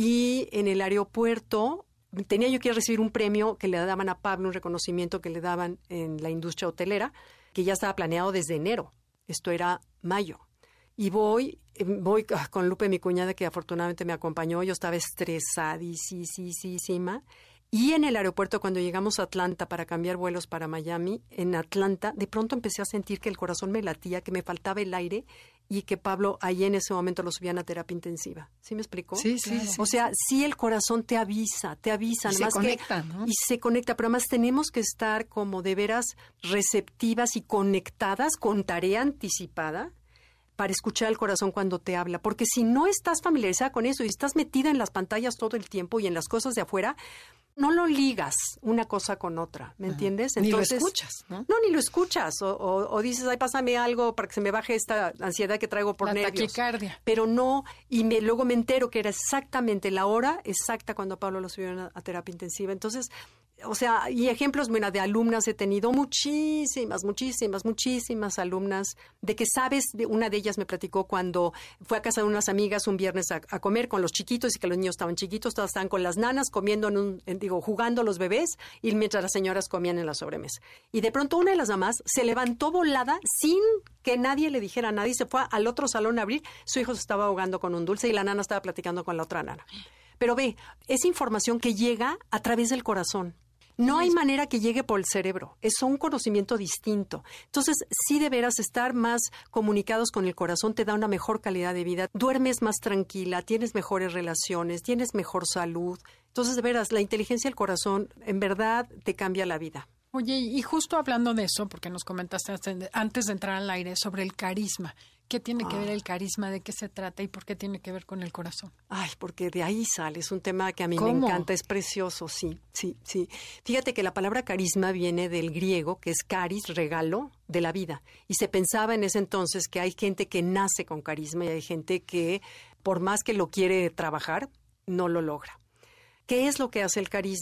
[SPEAKER 4] y en el aeropuerto tenía yo que ir a recibir un premio que le daban a Pablo, un reconocimiento que le daban en la industria hotelera, que ya estaba planeado desde enero. Esto era mayo. Y voy, voy con Lupe, mi cuñada, que afortunadamente me acompañó. Yo estaba estresadísima. Y en el aeropuerto, cuando llegamos a Atlanta para cambiar vuelos para Miami, en Atlanta, de pronto empecé a sentir que el corazón me latía, que me faltaba el aire y que Pablo ahí en ese momento lo subían a terapia intensiva. ¿Sí me explicó?
[SPEAKER 2] Sí, sí,
[SPEAKER 4] claro.
[SPEAKER 2] sí.
[SPEAKER 4] O sea, sí el corazón te avisa, te avisa.
[SPEAKER 2] Y se conecta, ¿no?
[SPEAKER 4] Y se conecta, pero además tenemos que estar como de veras receptivas y conectadas con tarea anticipada para escuchar al corazón cuando te habla. Porque si no estás familiarizada con eso y estás metida en las pantallas todo el tiempo y en las cosas de afuera, no lo ligas una cosa con otra, ¿me entiendes?
[SPEAKER 2] Entonces, ni lo escuchas, ¿no?
[SPEAKER 4] No, ni lo escuchas. O, o, o dices, ay, pásame algo para que se me baje esta ansiedad que traigo por
[SPEAKER 3] la
[SPEAKER 4] nervios.
[SPEAKER 3] Taquicardia.
[SPEAKER 4] Pero no, y me, luego me entero que era exactamente la hora exacta cuando a Pablo lo subieron a, a terapia intensiva. Entonces, o sea, y ejemplos, bueno, de alumnas he tenido muchísimas, muchísimas, muchísimas alumnas, de que sabes, de, una de ellas me platicó cuando fue a casa de unas amigas un viernes a, a comer con los chiquitos y que los niños estaban chiquitos, todas estaban con las nanas comiendo, en un, en, digo, jugando los bebés y mientras las señoras comían en la sobremesa. Y de pronto una de las mamás se levantó volada sin que nadie le dijera nada y se fue al otro salón a abrir, su hijo se estaba ahogando con un dulce y la nana estaba platicando con la otra nana. Pero ve, es información que llega a través del corazón. No hay manera que llegue por el cerebro, es un conocimiento distinto. Entonces, sí de veras estar más comunicados con el corazón te da una mejor calidad de vida, duermes más tranquila, tienes mejores relaciones, tienes mejor salud. Entonces, de veras, la inteligencia del corazón en verdad te cambia la vida.
[SPEAKER 3] Oye, y justo hablando de eso, porque nos comentaste antes de entrar al aire sobre el carisma. ¿Qué tiene que ver el carisma? ¿De qué se trata? ¿Y por qué tiene que ver con el corazón?
[SPEAKER 4] Ay, porque de ahí sale. Es un tema que a mí
[SPEAKER 3] ¿Cómo?
[SPEAKER 4] me encanta. Es precioso, sí, sí, sí. Fíjate que la palabra carisma viene del griego, que es caris, regalo de la vida. Y se pensaba en ese entonces que hay gente que nace con carisma y hay gente que, por más que lo quiere trabajar, no lo logra. ¿Qué es lo que hace el carisma?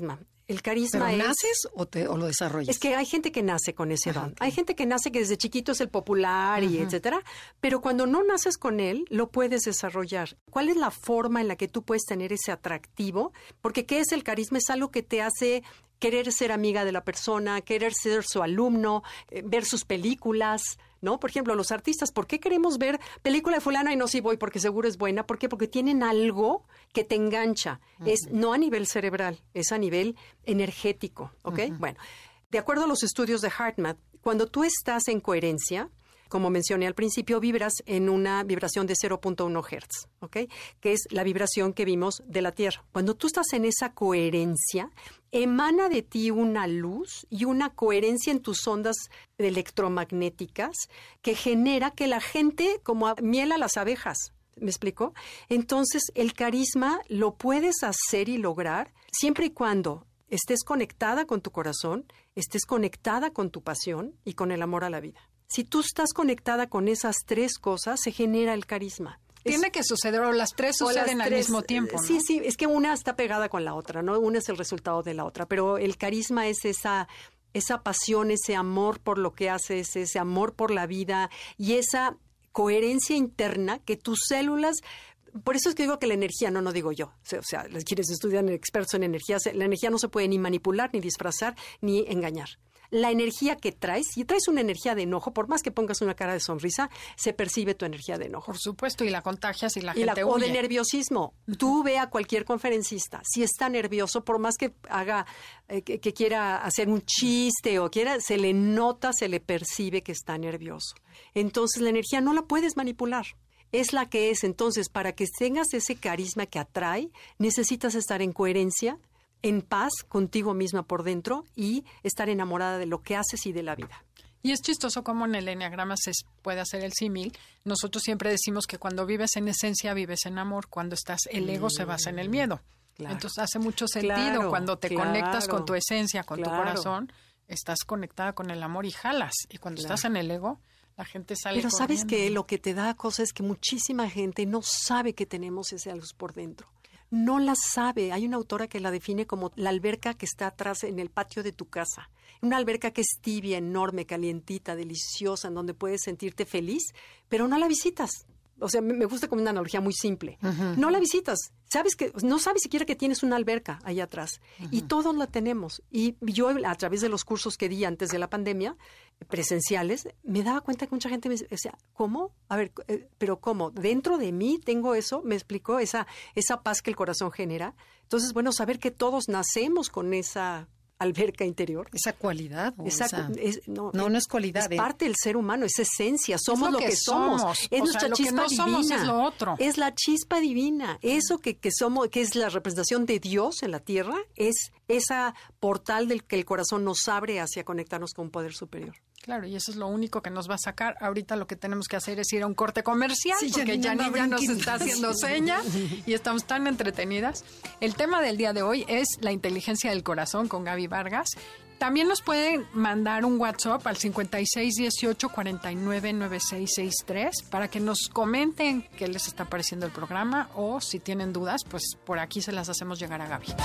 [SPEAKER 4] El carisma
[SPEAKER 2] ¿Pero
[SPEAKER 4] es...
[SPEAKER 2] naces o, te, o lo desarrollas?
[SPEAKER 4] Es que hay gente que nace con ese don.
[SPEAKER 2] Ajá, okay.
[SPEAKER 4] Hay gente que nace que desde chiquito es el popular y
[SPEAKER 2] uh-huh.
[SPEAKER 4] etcétera, pero cuando no naces con él, lo puedes desarrollar. ¿Cuál es la forma en la que tú puedes tener ese atractivo? Porque ¿qué es el carisma? Es algo que te hace querer ser amiga de la persona, querer ser su alumno, eh, ver sus películas, ¿no? Por ejemplo, los artistas, ¿por qué queremos ver película de fulana y no si voy porque seguro es buena? ¿Por qué? Porque tienen algo que te engancha. Uh-huh. Es no a nivel cerebral, es a nivel energético, ¿ok? Uh-huh. Bueno, de acuerdo a los estudios de HeartMath, cuando tú estás en coherencia, como mencioné al principio, vibras en una vibración de cero punto uno hertz, ¿ok? Que es la vibración que vimos de la Tierra. Cuando tú estás en esa coherencia, emana de ti una luz y una coherencia en tus ondas electromagnéticas que genera que la gente, como miel a las abejas, ¿me explico? Entonces, el carisma lo puedes hacer y lograr siempre y cuando estés conectada con tu corazón, estés conectada con tu pasión y con el amor a la vida. Si tú estás conectada con esas tres cosas, se genera el carisma.
[SPEAKER 3] Tiene es, que suceder, o las tres suceden las tres, al mismo tiempo, ¿no?
[SPEAKER 4] Sí, sí, es que una está pegada con la otra, ¿no? Una es el resultado de la otra, pero el carisma es esa, esa pasión, ese amor por lo que haces, ese amor por la vida y esa coherencia interna que tus células... Por eso es que digo que la energía, no, no digo yo, o sea, quienes estudian expertos en energía, la energía no se puede ni manipular, ni disfrazar, ni engañar. La energía que traes, si traes una energía de enojo, por más que pongas una cara de sonrisa, se percibe tu energía de enojo.
[SPEAKER 3] Por supuesto, y la contagias y la
[SPEAKER 4] y
[SPEAKER 3] gente
[SPEAKER 4] la,
[SPEAKER 3] huye.
[SPEAKER 4] O de nerviosismo. Uh-huh. Tú ve a cualquier conferencista, si está nervioso, por más que haga, eh, que, que quiera hacer un chiste o quiera, se le nota, se le percibe que está nervioso. Entonces, la energía no la puedes manipular. Es la que es. Entonces, para que tengas ese carisma que atrae, necesitas estar en coherencia, en paz contigo misma por dentro y estar enamorada de lo que haces y de la vida.
[SPEAKER 3] Y es chistoso cómo en el enneagrama se puede hacer el símil. Nosotros siempre decimos que cuando vives en esencia, vives en amor. Cuando estás, el ego mm, se basa en el miedo. Claro. Entonces hace mucho sentido.
[SPEAKER 4] Claro,
[SPEAKER 3] cuando te
[SPEAKER 4] claro,
[SPEAKER 3] conectas con tu esencia, con
[SPEAKER 4] claro.
[SPEAKER 3] tu corazón, estás conectada con el amor y jalas. Y cuando claro. estás en el ego, la gente sale
[SPEAKER 4] Pero
[SPEAKER 3] corriendo.
[SPEAKER 4] ¿sabes qué? Lo que te da cosa es que muchísima gente no sabe que tenemos esa luz por dentro. No la sabe. Hay una autora que la define como la alberca que está atrás en el patio de tu casa. Una alberca que es tibia, enorme, calientita, deliciosa, en donde puedes sentirte feliz, pero no la visitas. O sea, me gusta como una analogía muy simple. Uh-huh. No la visitas. Sabes que no sabes siquiera que tienes una alberca allá atrás. Uh-huh. Y todos la tenemos. Y yo, a través de los cursos que di antes de la pandemia, presenciales, me daba cuenta que mucha gente me decía, ¿cómo? A ver, eh, ¿pero cómo? ¿Dentro de mí tengo eso? Me explicó, esa, esa paz que el corazón genera. Entonces, bueno, saber que todos nacemos con esa alberca interior.
[SPEAKER 2] Esa cualidad.
[SPEAKER 4] Esa, esa, es, no,
[SPEAKER 2] no, no es cualidad.
[SPEAKER 4] Es eh. parte del ser humano, es esencia. Somos es lo, lo que, que somos. somos. Es o nuestra
[SPEAKER 3] sea,
[SPEAKER 4] chispa
[SPEAKER 3] lo que no
[SPEAKER 4] divina.
[SPEAKER 3] Somos es lo otro.
[SPEAKER 4] Es la chispa divina. Eso que, que somos, que es la representación de Dios en la tierra, es esa portal del que el corazón nos abre hacia conectarnos con un poder superior.
[SPEAKER 3] Claro, y eso es lo único que nos va a sacar. Ahorita lo que tenemos que hacer es ir a un corte comercial,
[SPEAKER 2] sí,
[SPEAKER 3] porque ya ni ya nos está haciendo señas y estamos tan entretenidas. El tema del día de hoy es la inteligencia del corazón con Gaby Vargas. También nos pueden mandar un WhatsApp al cincuenta y seis dieciocho cuarenta y nueve noventa y seis sesenta y tres para que nos comenten qué les está pareciendo el programa o si tienen dudas, pues por aquí se las hacemos llegar a Gaby.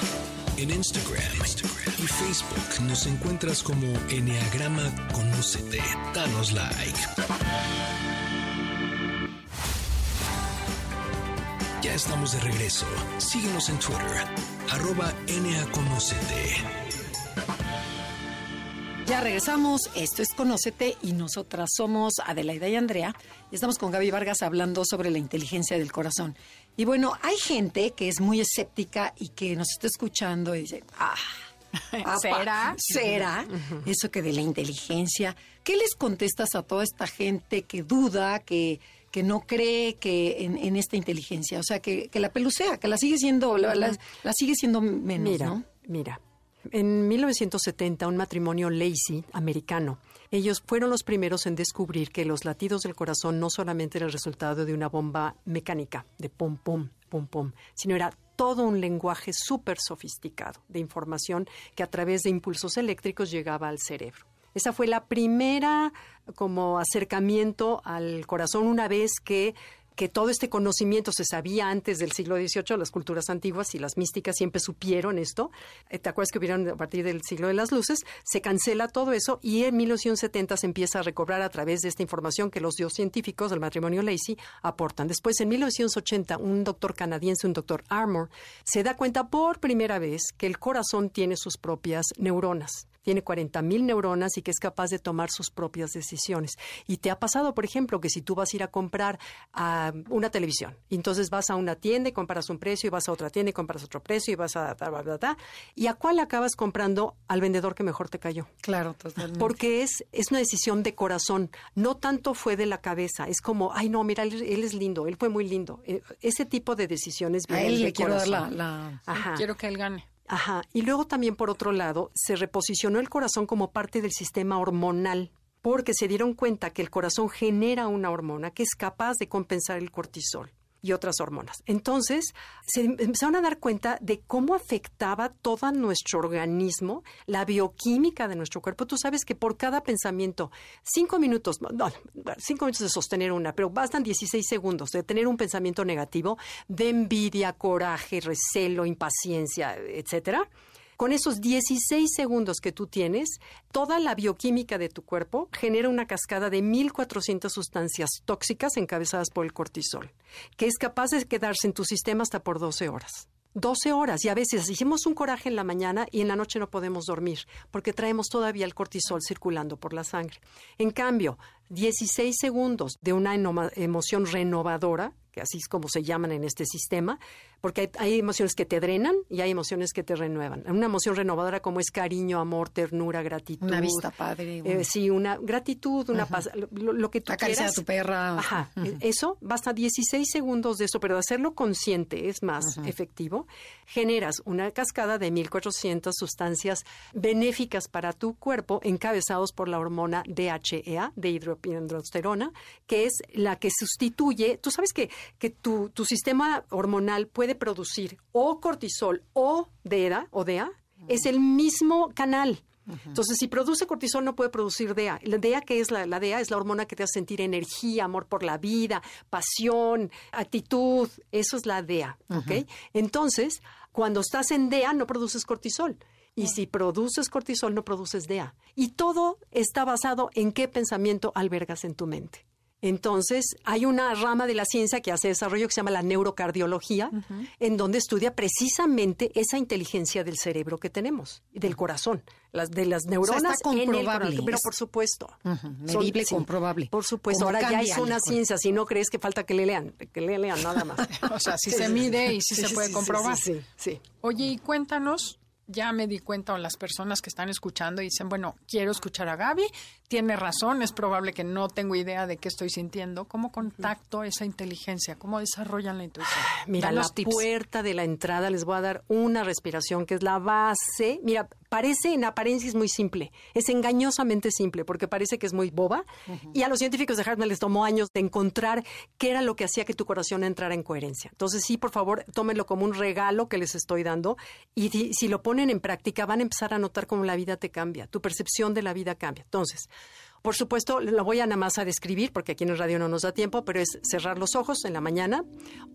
[SPEAKER 1] En Instagram, Instagram y Facebook nos encuentras como Enneagrama Conócete. Danos like. Ya estamos de regreso. Síguenos en Twitter, arroba Enneaconócete.
[SPEAKER 2] Ya regresamos, esto es Conócete y nosotras somos Adelaida y Andrea y estamos con Gaby Vargas hablando sobre la inteligencia del corazón. Y bueno, hay gente que es muy escéptica y que nos está escuchando y dice, ah, apa,
[SPEAKER 3] ¿será?
[SPEAKER 2] ¿Será? Uh-huh. Eso que de la inteligencia. ¿Qué les contestas a toda esta gente que duda, que, que no cree que en, en esta inteligencia? O sea, que, que la pelucea, que la sigue siendo, la, la, la sigue siendo menos,
[SPEAKER 4] mira,
[SPEAKER 2] ¿no?
[SPEAKER 4] Mira. En mil novecientos setenta, un matrimonio Lacey, americano, ellos fueron los primeros en descubrir que los latidos del corazón no solamente era el resultado de una bomba mecánica, de pum, pum, pum, pum, sino era todo un lenguaje súper sofisticado de información que a través de impulsos eléctricos llegaba al cerebro. Esa fue la primera como acercamiento al corazón una vez que que todo este conocimiento se sabía antes del siglo dieciocho, las culturas antiguas y las místicas siempre supieron esto. ¿Te acuerdas que hubieron a partir del siglo de las luces? Se cancela todo eso y en mil novecientos setenta se empieza a recobrar a través de esta información que los científicos del matrimonio Lacey aportan. Después, en mil novecientos ochenta, un doctor canadiense, un doctor Armour, se da cuenta por primera vez que el corazón tiene sus propias neuronas. Tiene cuarenta mil neuronas y que es capaz de tomar sus propias decisiones. Y te ha pasado, por ejemplo, que si tú vas a ir a comprar uh, una televisión, y entonces vas a una tienda y comparas un precio, y vas a otra tienda y comparas otro precio, y vas a... Bla, bla, bla, bla, ¿y a cuál acabas comprando? Al vendedor que mejor te cayó.
[SPEAKER 2] Claro, totalmente.
[SPEAKER 4] Porque es, es una decisión de corazón. No tanto fue de la cabeza. Es como, ay, no, mira, él, él es lindo, él fue muy lindo. Ese tipo de decisiones vienen
[SPEAKER 2] a él
[SPEAKER 4] del
[SPEAKER 2] le quiero
[SPEAKER 4] corazón.
[SPEAKER 2] dar la... la...
[SPEAKER 4] Ajá.
[SPEAKER 3] Quiero que él gane.
[SPEAKER 4] Ajá. Y luego también, por otro lado, se reposicionó el corazón como parte del sistema hormonal, porque se dieron cuenta que el corazón genera una hormona que es capaz de compensar el cortisol y otras hormonas. Entonces, se empezaron a dar cuenta de cómo afectaba todo nuestro organismo, la bioquímica de nuestro cuerpo. Tú sabes que por cada pensamiento, cinco minutos, no, cinco minutos de sostener una, pero bastan dieciséis segundos de tener un pensamiento negativo, de envidia, coraje, recelo, impaciencia, etcétera. Con esos dieciséis segundos que tú tienes, toda la bioquímica de tu cuerpo genera una cascada de mil cuatrocientas sustancias tóxicas encabezadas por el cortisol, que es capaz de quedarse en tu sistema hasta por doce horas. doce horas, y a veces hicimos un coraje en la mañana y en la noche no podemos dormir, porque traemos todavía el cortisol circulando por la sangre. En cambio, dieciséis segundos de una eno- emoción renovadora, que así es como se llaman en este sistema, porque hay, hay emociones que te drenan y hay emociones que te renuevan. Una emoción renovadora como es cariño, amor, ternura, gratitud.
[SPEAKER 2] Una vista padre. Una...
[SPEAKER 4] Eh, sí, una gratitud, una paz, lo, lo que tú
[SPEAKER 2] acaricia
[SPEAKER 4] quieras.
[SPEAKER 2] a tu perra.
[SPEAKER 4] Ajá,
[SPEAKER 2] Uh-huh.
[SPEAKER 4] eso, basta dieciséis segundos de eso, pero de hacerlo consciente es más uh-huh. efectivo. Generas una cascada de mil cuatrocientas sustancias benéficas para tu cuerpo, encabezados por la hormona D H E A, de hidropiandrosterona, que es la que sustituye. Tú sabes que, que tu, tu sistema hormonal puede producir o cortisol o D E A, o D E A, uh-huh. es el mismo canal. Uh-huh. Entonces, si produce cortisol, no puede producir D E A. La D E A, ¿qué es la, la D E A? Es la hormona que te hace sentir energía, amor por la vida, pasión, actitud. Eso es la D E A, uh-huh. ¿ok? Entonces, cuando estás en D E A, no produces cortisol. Y si produces cortisol, no produces D E A. Y todo está basado en qué pensamiento albergas en tu mente. Entonces, hay una rama de la ciencia que hace desarrollo que se llama la neurocardiología, uh-huh. en donde estudia precisamente esa inteligencia del cerebro que tenemos, del corazón, las, de las neuronas.
[SPEAKER 2] O sea, está comprobable.
[SPEAKER 4] En el corazón, pero por supuesto.
[SPEAKER 2] Uh-huh. Medible,
[SPEAKER 4] Son,
[SPEAKER 2] comprobable.
[SPEAKER 4] Sí, por supuesto. Ahora ya es una ciencia, si no crees que falta que le lean, que le lean nada más.
[SPEAKER 3] O sea, si sí, se sí, mide y si sí, se sí, puede
[SPEAKER 4] sí,
[SPEAKER 3] comprobar.
[SPEAKER 4] Sí, sí, sí.
[SPEAKER 3] Oye, y cuéntanos... Ya me di cuenta, o las personas que están escuchando y dicen, bueno, quiero escuchar a Gaby, tiene razón, es probable que no tengo idea de qué estoy sintiendo. ¿Cómo contacto esa inteligencia? ¿Cómo desarrollan la intuición?
[SPEAKER 4] Mira, la tips. puerta de la entrada, les voy a dar una respiración que es la base. Mira, parece, en apariencia es muy simple, es engañosamente simple, porque parece que es muy boba. Uh-huh. Y a los científicos de Harvard les tomó años de encontrar qué era lo que hacía que tu corazón entrara en coherencia. Entonces, sí, por favor, tómenlo como un regalo que les estoy dando. Y si, si lo ponen en práctica, van a empezar a notar cómo la vida te cambia, tu percepción de la vida cambia. Entonces, por supuesto, lo voy a nada más a describir, porque aquí en el radio no nos da tiempo, pero es cerrar los ojos en la mañana,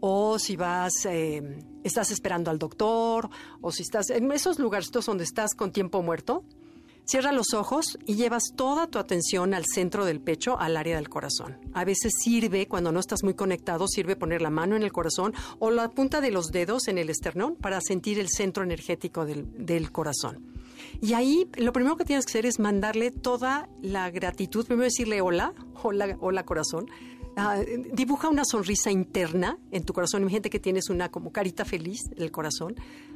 [SPEAKER 4] o si vas, eh, estás esperando al doctor, o si estás en esos lugares donde estás con tiempo muerto, cierra los ojos y llevas toda tu atención al centro del pecho, al área del corazón. A veces sirve, cuando no estás muy conectado, sirve poner la mano en el corazón o la punta de los dedos en el esternón para sentir el centro energético del, del corazón. Y ahí lo primero que tienes que hacer es mandarle toda la gratitud. Primero decirle hola, hola, hola corazón. Uh, dibuja una sonrisa interna en tu corazón. Imagínate que tienes una como carita feliz en el corazón.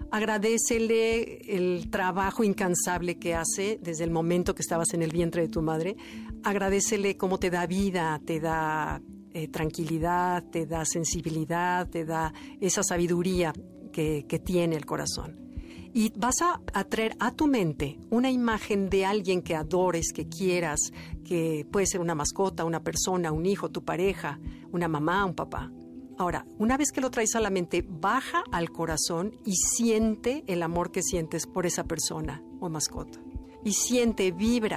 [SPEAKER 4] Agradécele el trabajo incansable que hace desde el momento que estabas en el vientre de tu madre. Agradécele cómo te da vida, te da eh, tranquilidad, te da sensibilidad, te da esa sabiduría que, que tiene el corazón. Y vas a atraer a tu mente una imagen de alguien que adores, que quieras, que puede ser una mascota, una persona, un hijo, tu pareja, una mamá, un papá. Ahora, una vez que lo traes a la mente, baja al corazón y siente el amor que sientes por esa persona o mascota. Y siente, vibra,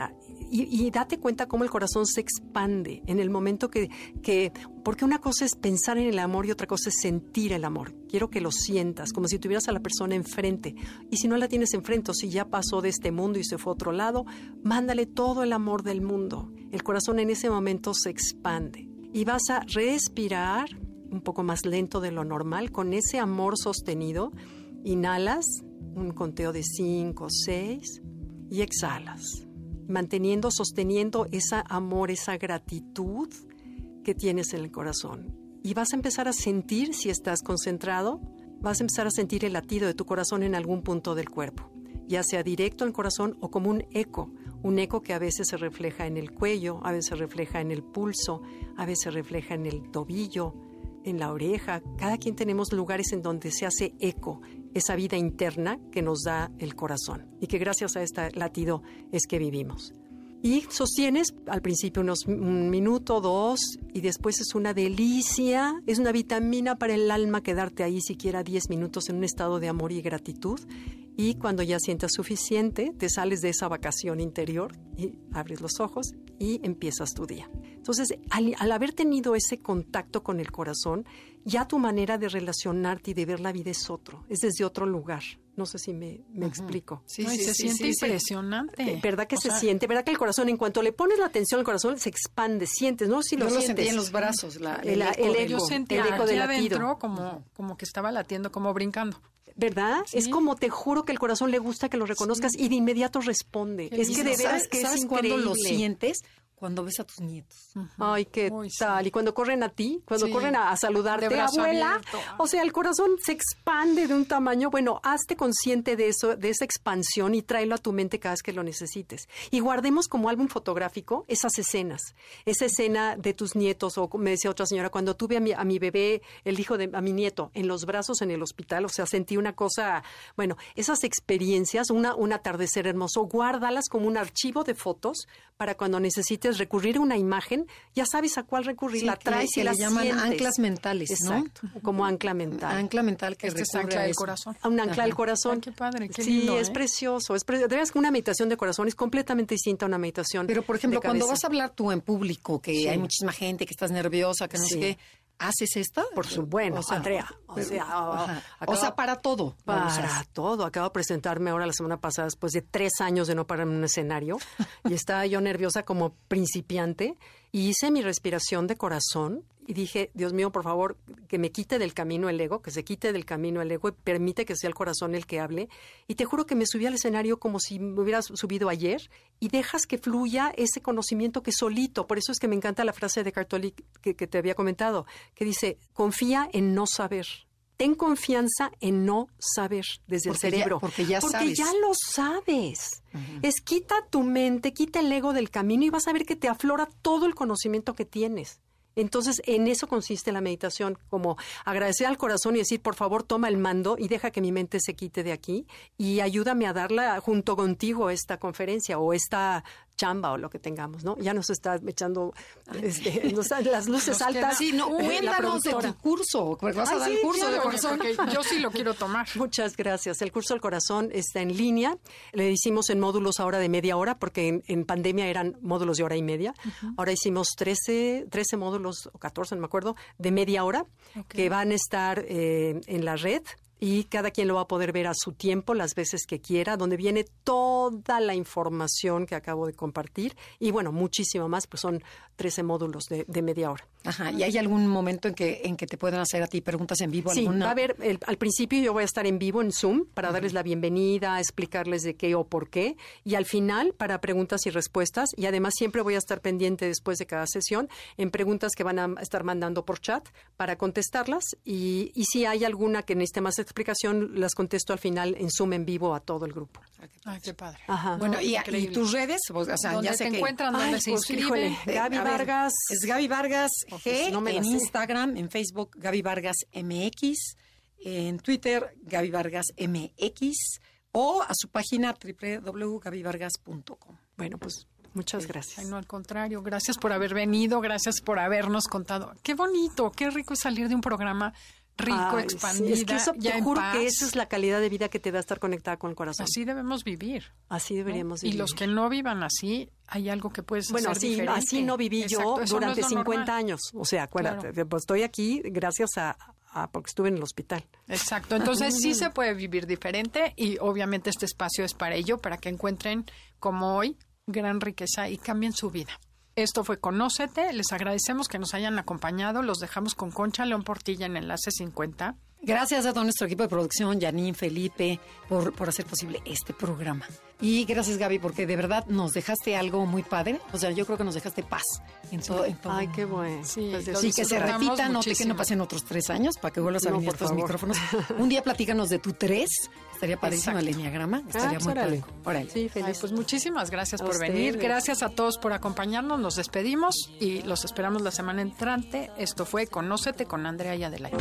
[SPEAKER 4] y, y date cuenta cómo el corazón se expande en el momento que, que... Porque una cosa es pensar en el amor y otra cosa es sentir el amor. Quiero que lo sientas, como si tuvieras a la persona enfrente. Y si no la tienes enfrente, o si ya pasó de este mundo y se fue a otro lado, mándale todo el amor del mundo. El corazón en ese momento se expande. Y vas a respirar un poco más lento de lo normal, con ese amor sostenido. Inhalas un conteo de cinco, seis y exhalas, manteniendo, sosteniendo ese amor, esa gratitud que tienes en el corazón. Y vas a empezar a sentir, si estás concentrado, vas a empezar a sentir el latido de tu corazón en algún punto del cuerpo, ya sea directo al corazón o como un eco, un eco que a veces se refleja en el cuello, a veces se refleja en el pulso, a veces se refleja en el tobillo, en la oreja. Cada quien tenemos lugares en donde se hace eco, esa vida interna que nos da el corazón y que gracias a este latido es que vivimos. Y sostienes al principio unos un minuto, dos, y después es una delicia, es una vitamina para el alma quedarte ahí siquiera diez minutos en un estado de amor y gratitud. Y cuando ya sientas suficiente, te sales de esa vacación interior y abres los ojos y empiezas tu día. Entonces, al, al haber tenido ese contacto con el corazón, ya tu manera de relacionarte y de ver la vida es otro, es desde otro lugar. No sé si me, me uh-huh. explico.
[SPEAKER 3] Sí, no, sí, se sí, siente sí, impresionante.
[SPEAKER 4] Sí. ¿Verdad que
[SPEAKER 3] o
[SPEAKER 4] se
[SPEAKER 3] sea,
[SPEAKER 4] siente? ¿Verdad que el corazón, en cuanto le pones la atención al corazón, se expande, sientes, ¿no? Si lo
[SPEAKER 2] yo
[SPEAKER 4] sientes.
[SPEAKER 2] Lo sentí en los brazos, la, el,
[SPEAKER 4] el, eco, el eco,
[SPEAKER 3] yo sentía
[SPEAKER 4] el eco del latido.
[SPEAKER 3] Adentro como, como que estaba latiendo, como brincando.
[SPEAKER 4] ¿Verdad? Sí. Es como, te juro que el corazón le gusta que lo reconozcas sí. y de inmediato responde.
[SPEAKER 2] Sí.
[SPEAKER 4] Es que de veras que
[SPEAKER 2] ¿sabes
[SPEAKER 4] es increíble.
[SPEAKER 2] Cuando lo sientes? Cuando ves a tus nietos.
[SPEAKER 4] Uh-huh. Ay, qué Uy, tal. Sí. Y cuando corren a ti, cuando sí. corren a, a saludarte, abuela. Abierto. O sea, el corazón se expande de un tamaño. Bueno, hazte consciente de eso, de esa expansión y tráelo a tu mente cada vez que lo necesites. Y guardemos como álbum fotográfico esas escenas. Esa escena de tus nietos, o me decía otra señora, cuando tuve a mi, a mi bebé, el hijo de a mi nieto, en los brazos en el hospital, o sea, sentí una cosa, bueno, esas experiencias, una, un atardecer hermoso, guárdalas como un archivo de fotos para cuando necesites recurrir a una imagen, ya sabes a cuál recurrir,
[SPEAKER 2] sí,
[SPEAKER 4] la traes
[SPEAKER 2] que,
[SPEAKER 4] y
[SPEAKER 2] que
[SPEAKER 4] la
[SPEAKER 2] le llaman
[SPEAKER 4] sientes.
[SPEAKER 2] Anclas mentales, ¿no?
[SPEAKER 4] Exacto, como ancla mental.
[SPEAKER 2] Ancla mental que
[SPEAKER 3] este
[SPEAKER 2] recurre
[SPEAKER 3] es ancla
[SPEAKER 2] a
[SPEAKER 3] del
[SPEAKER 2] eso.
[SPEAKER 3] corazón.
[SPEAKER 4] A un ancla
[SPEAKER 3] Ajá.
[SPEAKER 4] del corazón.
[SPEAKER 3] Ay, qué padre, qué
[SPEAKER 4] sí,
[SPEAKER 3] lindo,
[SPEAKER 4] es
[SPEAKER 3] ¿eh?
[SPEAKER 4] precioso. Es pre- de veras que una meditación de corazón es completamente distinta a una meditación.
[SPEAKER 2] Pero, por ejemplo,
[SPEAKER 4] de cabeza.
[SPEAKER 2] cuando vas a hablar tú en público, que
[SPEAKER 4] sí.
[SPEAKER 2] hay muchísima gente, que estás nerviosa, que no
[SPEAKER 4] sí.
[SPEAKER 2] sé qué, ¿haces esta?
[SPEAKER 4] Por su bueno,
[SPEAKER 2] o sea,
[SPEAKER 4] Andrea. O sea,
[SPEAKER 2] ajá.
[SPEAKER 4] acabo,
[SPEAKER 2] o sea, para todo.
[SPEAKER 4] Para todo. Acabo de presentarme ahora la semana pasada después de tres años de no pararme en un escenario y estaba yo nerviosa como principiante y hice mi respiración de corazón y dije, Dios mío, por favor, que me quite del camino el ego, que se quite del camino el ego y permite que sea el corazón el que hable. Y te juro que me subí al escenario como si me hubieras subido ayer y dejas que fluya ese conocimiento que solito. Por eso es que me encanta la frase de Eckhart Tolle que, que te había comentado, que dice, confía en no saber. Ten confianza en no saber desde
[SPEAKER 2] porque
[SPEAKER 4] el cerebro.
[SPEAKER 2] Ya, porque ya
[SPEAKER 4] porque
[SPEAKER 2] sabes.
[SPEAKER 4] ya lo sabes.
[SPEAKER 2] Uh-huh.
[SPEAKER 4] Es quita tu mente, quita el ego del camino y vas a ver que te aflora todo el conocimiento que tienes. Entonces, en eso consiste la meditación, como agradecer al corazón y decir, por favor, toma el mando y deja que mi mente se quite de aquí y ayúdame a darla junto contigo esta conferencia o esta chamba o lo que tengamos, ¿no? Ya nos está echando este, nos, las luces
[SPEAKER 3] nos
[SPEAKER 4] altas.
[SPEAKER 2] Sí, no, cuéntanos de tu curso, porque vas
[SPEAKER 3] Ay,
[SPEAKER 2] a dar
[SPEAKER 3] sí,
[SPEAKER 2] el curso
[SPEAKER 3] claro,
[SPEAKER 2] de corazón.
[SPEAKER 3] yo sí lo quiero tomar.
[SPEAKER 4] Muchas gracias. El curso del corazón está en línea. Le hicimos en módulos ahora de media hora, porque en, en pandemia eran módulos de hora y media. Uh-huh. Ahora hicimos trece, trece módulos, o catorce, no me acuerdo, de media hora, okay. que van a estar eh, en la red. Y cada quien lo va a poder ver a su tiempo, las veces que quiera, donde viene toda la información que acabo de compartir. Y bueno, muchísimo más, pues son trece módulos de, de media hora.
[SPEAKER 2] Ajá. ¿Y hay algún momento en que en que te puedan hacer a ti preguntas en vivo?
[SPEAKER 4] Sí,
[SPEAKER 2] alguna?
[SPEAKER 4] va a haber, el, al principio yo voy a estar en vivo en Zoom para uh-huh. darles la bienvenida, explicarles de qué o por qué. Y al final, para preguntas y respuestas. Y además siempre voy a estar pendiente después de cada sesión en preguntas que van a estar mandando por chat para contestarlas. Y, y si hay alguna que necesite más explicación, las contesto al final en Zoom en vivo a todo el grupo.
[SPEAKER 3] Ay, qué padre.
[SPEAKER 2] Ajá. Bueno, y, y tus redes, o sea,
[SPEAKER 3] ¿dónde
[SPEAKER 2] ya sé
[SPEAKER 3] te
[SPEAKER 2] que
[SPEAKER 3] encuentran? ¿Dónde
[SPEAKER 4] Ay,
[SPEAKER 3] se
[SPEAKER 4] pues,
[SPEAKER 3] inscriben?
[SPEAKER 4] Híjole, Gaby Vargas.
[SPEAKER 2] Es Gaby Vargas
[SPEAKER 4] oh,
[SPEAKER 2] G
[SPEAKER 4] pues, no
[SPEAKER 2] en
[SPEAKER 4] sé.
[SPEAKER 2] Instagram, en Facebook Gaby Vargas M X, en Twitter Gaby Vargas M X o a su página doble u doble u doble u punto gaby vargas punto com.
[SPEAKER 4] Bueno, pues muchas gracias.
[SPEAKER 3] Ay, no, al contrario, gracias por haber venido, gracias por habernos contado. Qué bonito, qué rico es salir de un programa rico,
[SPEAKER 4] Ay,
[SPEAKER 3] expandida,
[SPEAKER 4] sí, es que eso,
[SPEAKER 3] ya
[SPEAKER 4] te
[SPEAKER 3] en
[SPEAKER 4] juro
[SPEAKER 3] paz.
[SPEAKER 4] que esa es la calidad de vida que te da estar conectada con el corazón.
[SPEAKER 3] Así debemos vivir.
[SPEAKER 4] Así deberíamos
[SPEAKER 3] ¿no?
[SPEAKER 4] vivir.
[SPEAKER 3] Y los que no vivan así, hay algo que puedes
[SPEAKER 4] Bueno,
[SPEAKER 3] hacer
[SPEAKER 4] así,
[SPEAKER 3] diferente.
[SPEAKER 4] así no viví
[SPEAKER 3] Exacto,
[SPEAKER 4] yo
[SPEAKER 3] eso
[SPEAKER 4] durante
[SPEAKER 3] no es lo
[SPEAKER 4] cincuenta
[SPEAKER 3] normal.
[SPEAKER 4] años. O sea, acuérdate,
[SPEAKER 3] Claro.
[SPEAKER 4] pues estoy aquí gracias a, a porque estuve en el hospital.
[SPEAKER 3] Exacto, entonces sí se puede vivir diferente y obviamente este espacio es para ello, para que encuentren como hoy gran riqueza y cambien su vida. Esto fue Conócete, les agradecemos que nos hayan acompañado, los dejamos con Concha León Portilla en Enlace cincuenta.
[SPEAKER 2] Gracias a todo nuestro equipo de producción, Janine, Felipe, por, por hacer posible este programa. Y gracias, Gaby, porque de verdad nos dejaste algo muy padre. O sea, yo creo que nos dejaste paz en todo. En todo.
[SPEAKER 4] Ay, qué bueno.
[SPEAKER 3] Sí,
[SPEAKER 4] Pues,
[SPEAKER 3] lo
[SPEAKER 2] Sí, que se
[SPEAKER 3] disfrutamos
[SPEAKER 2] repita, no, que
[SPEAKER 3] muchísimo.
[SPEAKER 2] no pasen otros tres años para que vuelvas a
[SPEAKER 4] No,
[SPEAKER 2] venir a
[SPEAKER 4] por
[SPEAKER 2] estos
[SPEAKER 4] favor.
[SPEAKER 2] micrófonos. Un día platícanos de tu tres, estaría padrísimo el
[SPEAKER 3] Exacto.
[SPEAKER 2] enneagrama, estaría
[SPEAKER 4] Ah, pues,
[SPEAKER 2] muy
[SPEAKER 4] órale.
[SPEAKER 2] padre. Órale.
[SPEAKER 4] Sí,
[SPEAKER 3] Ay,
[SPEAKER 4] feliz.
[SPEAKER 3] pues muchísimas gracias
[SPEAKER 4] A
[SPEAKER 3] por
[SPEAKER 4] ustedes.
[SPEAKER 3] venir, gracias a todos por acompañarnos, nos despedimos y los esperamos la semana entrante. Esto fue Conócete con Andrea y Adelaide.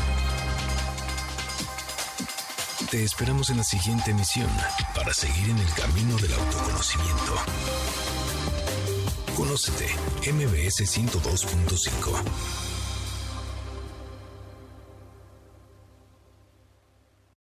[SPEAKER 1] Te esperamos en la siguiente emisión para seguir en el camino del autoconocimiento. Conócete, M B S ciento dos punto cinco.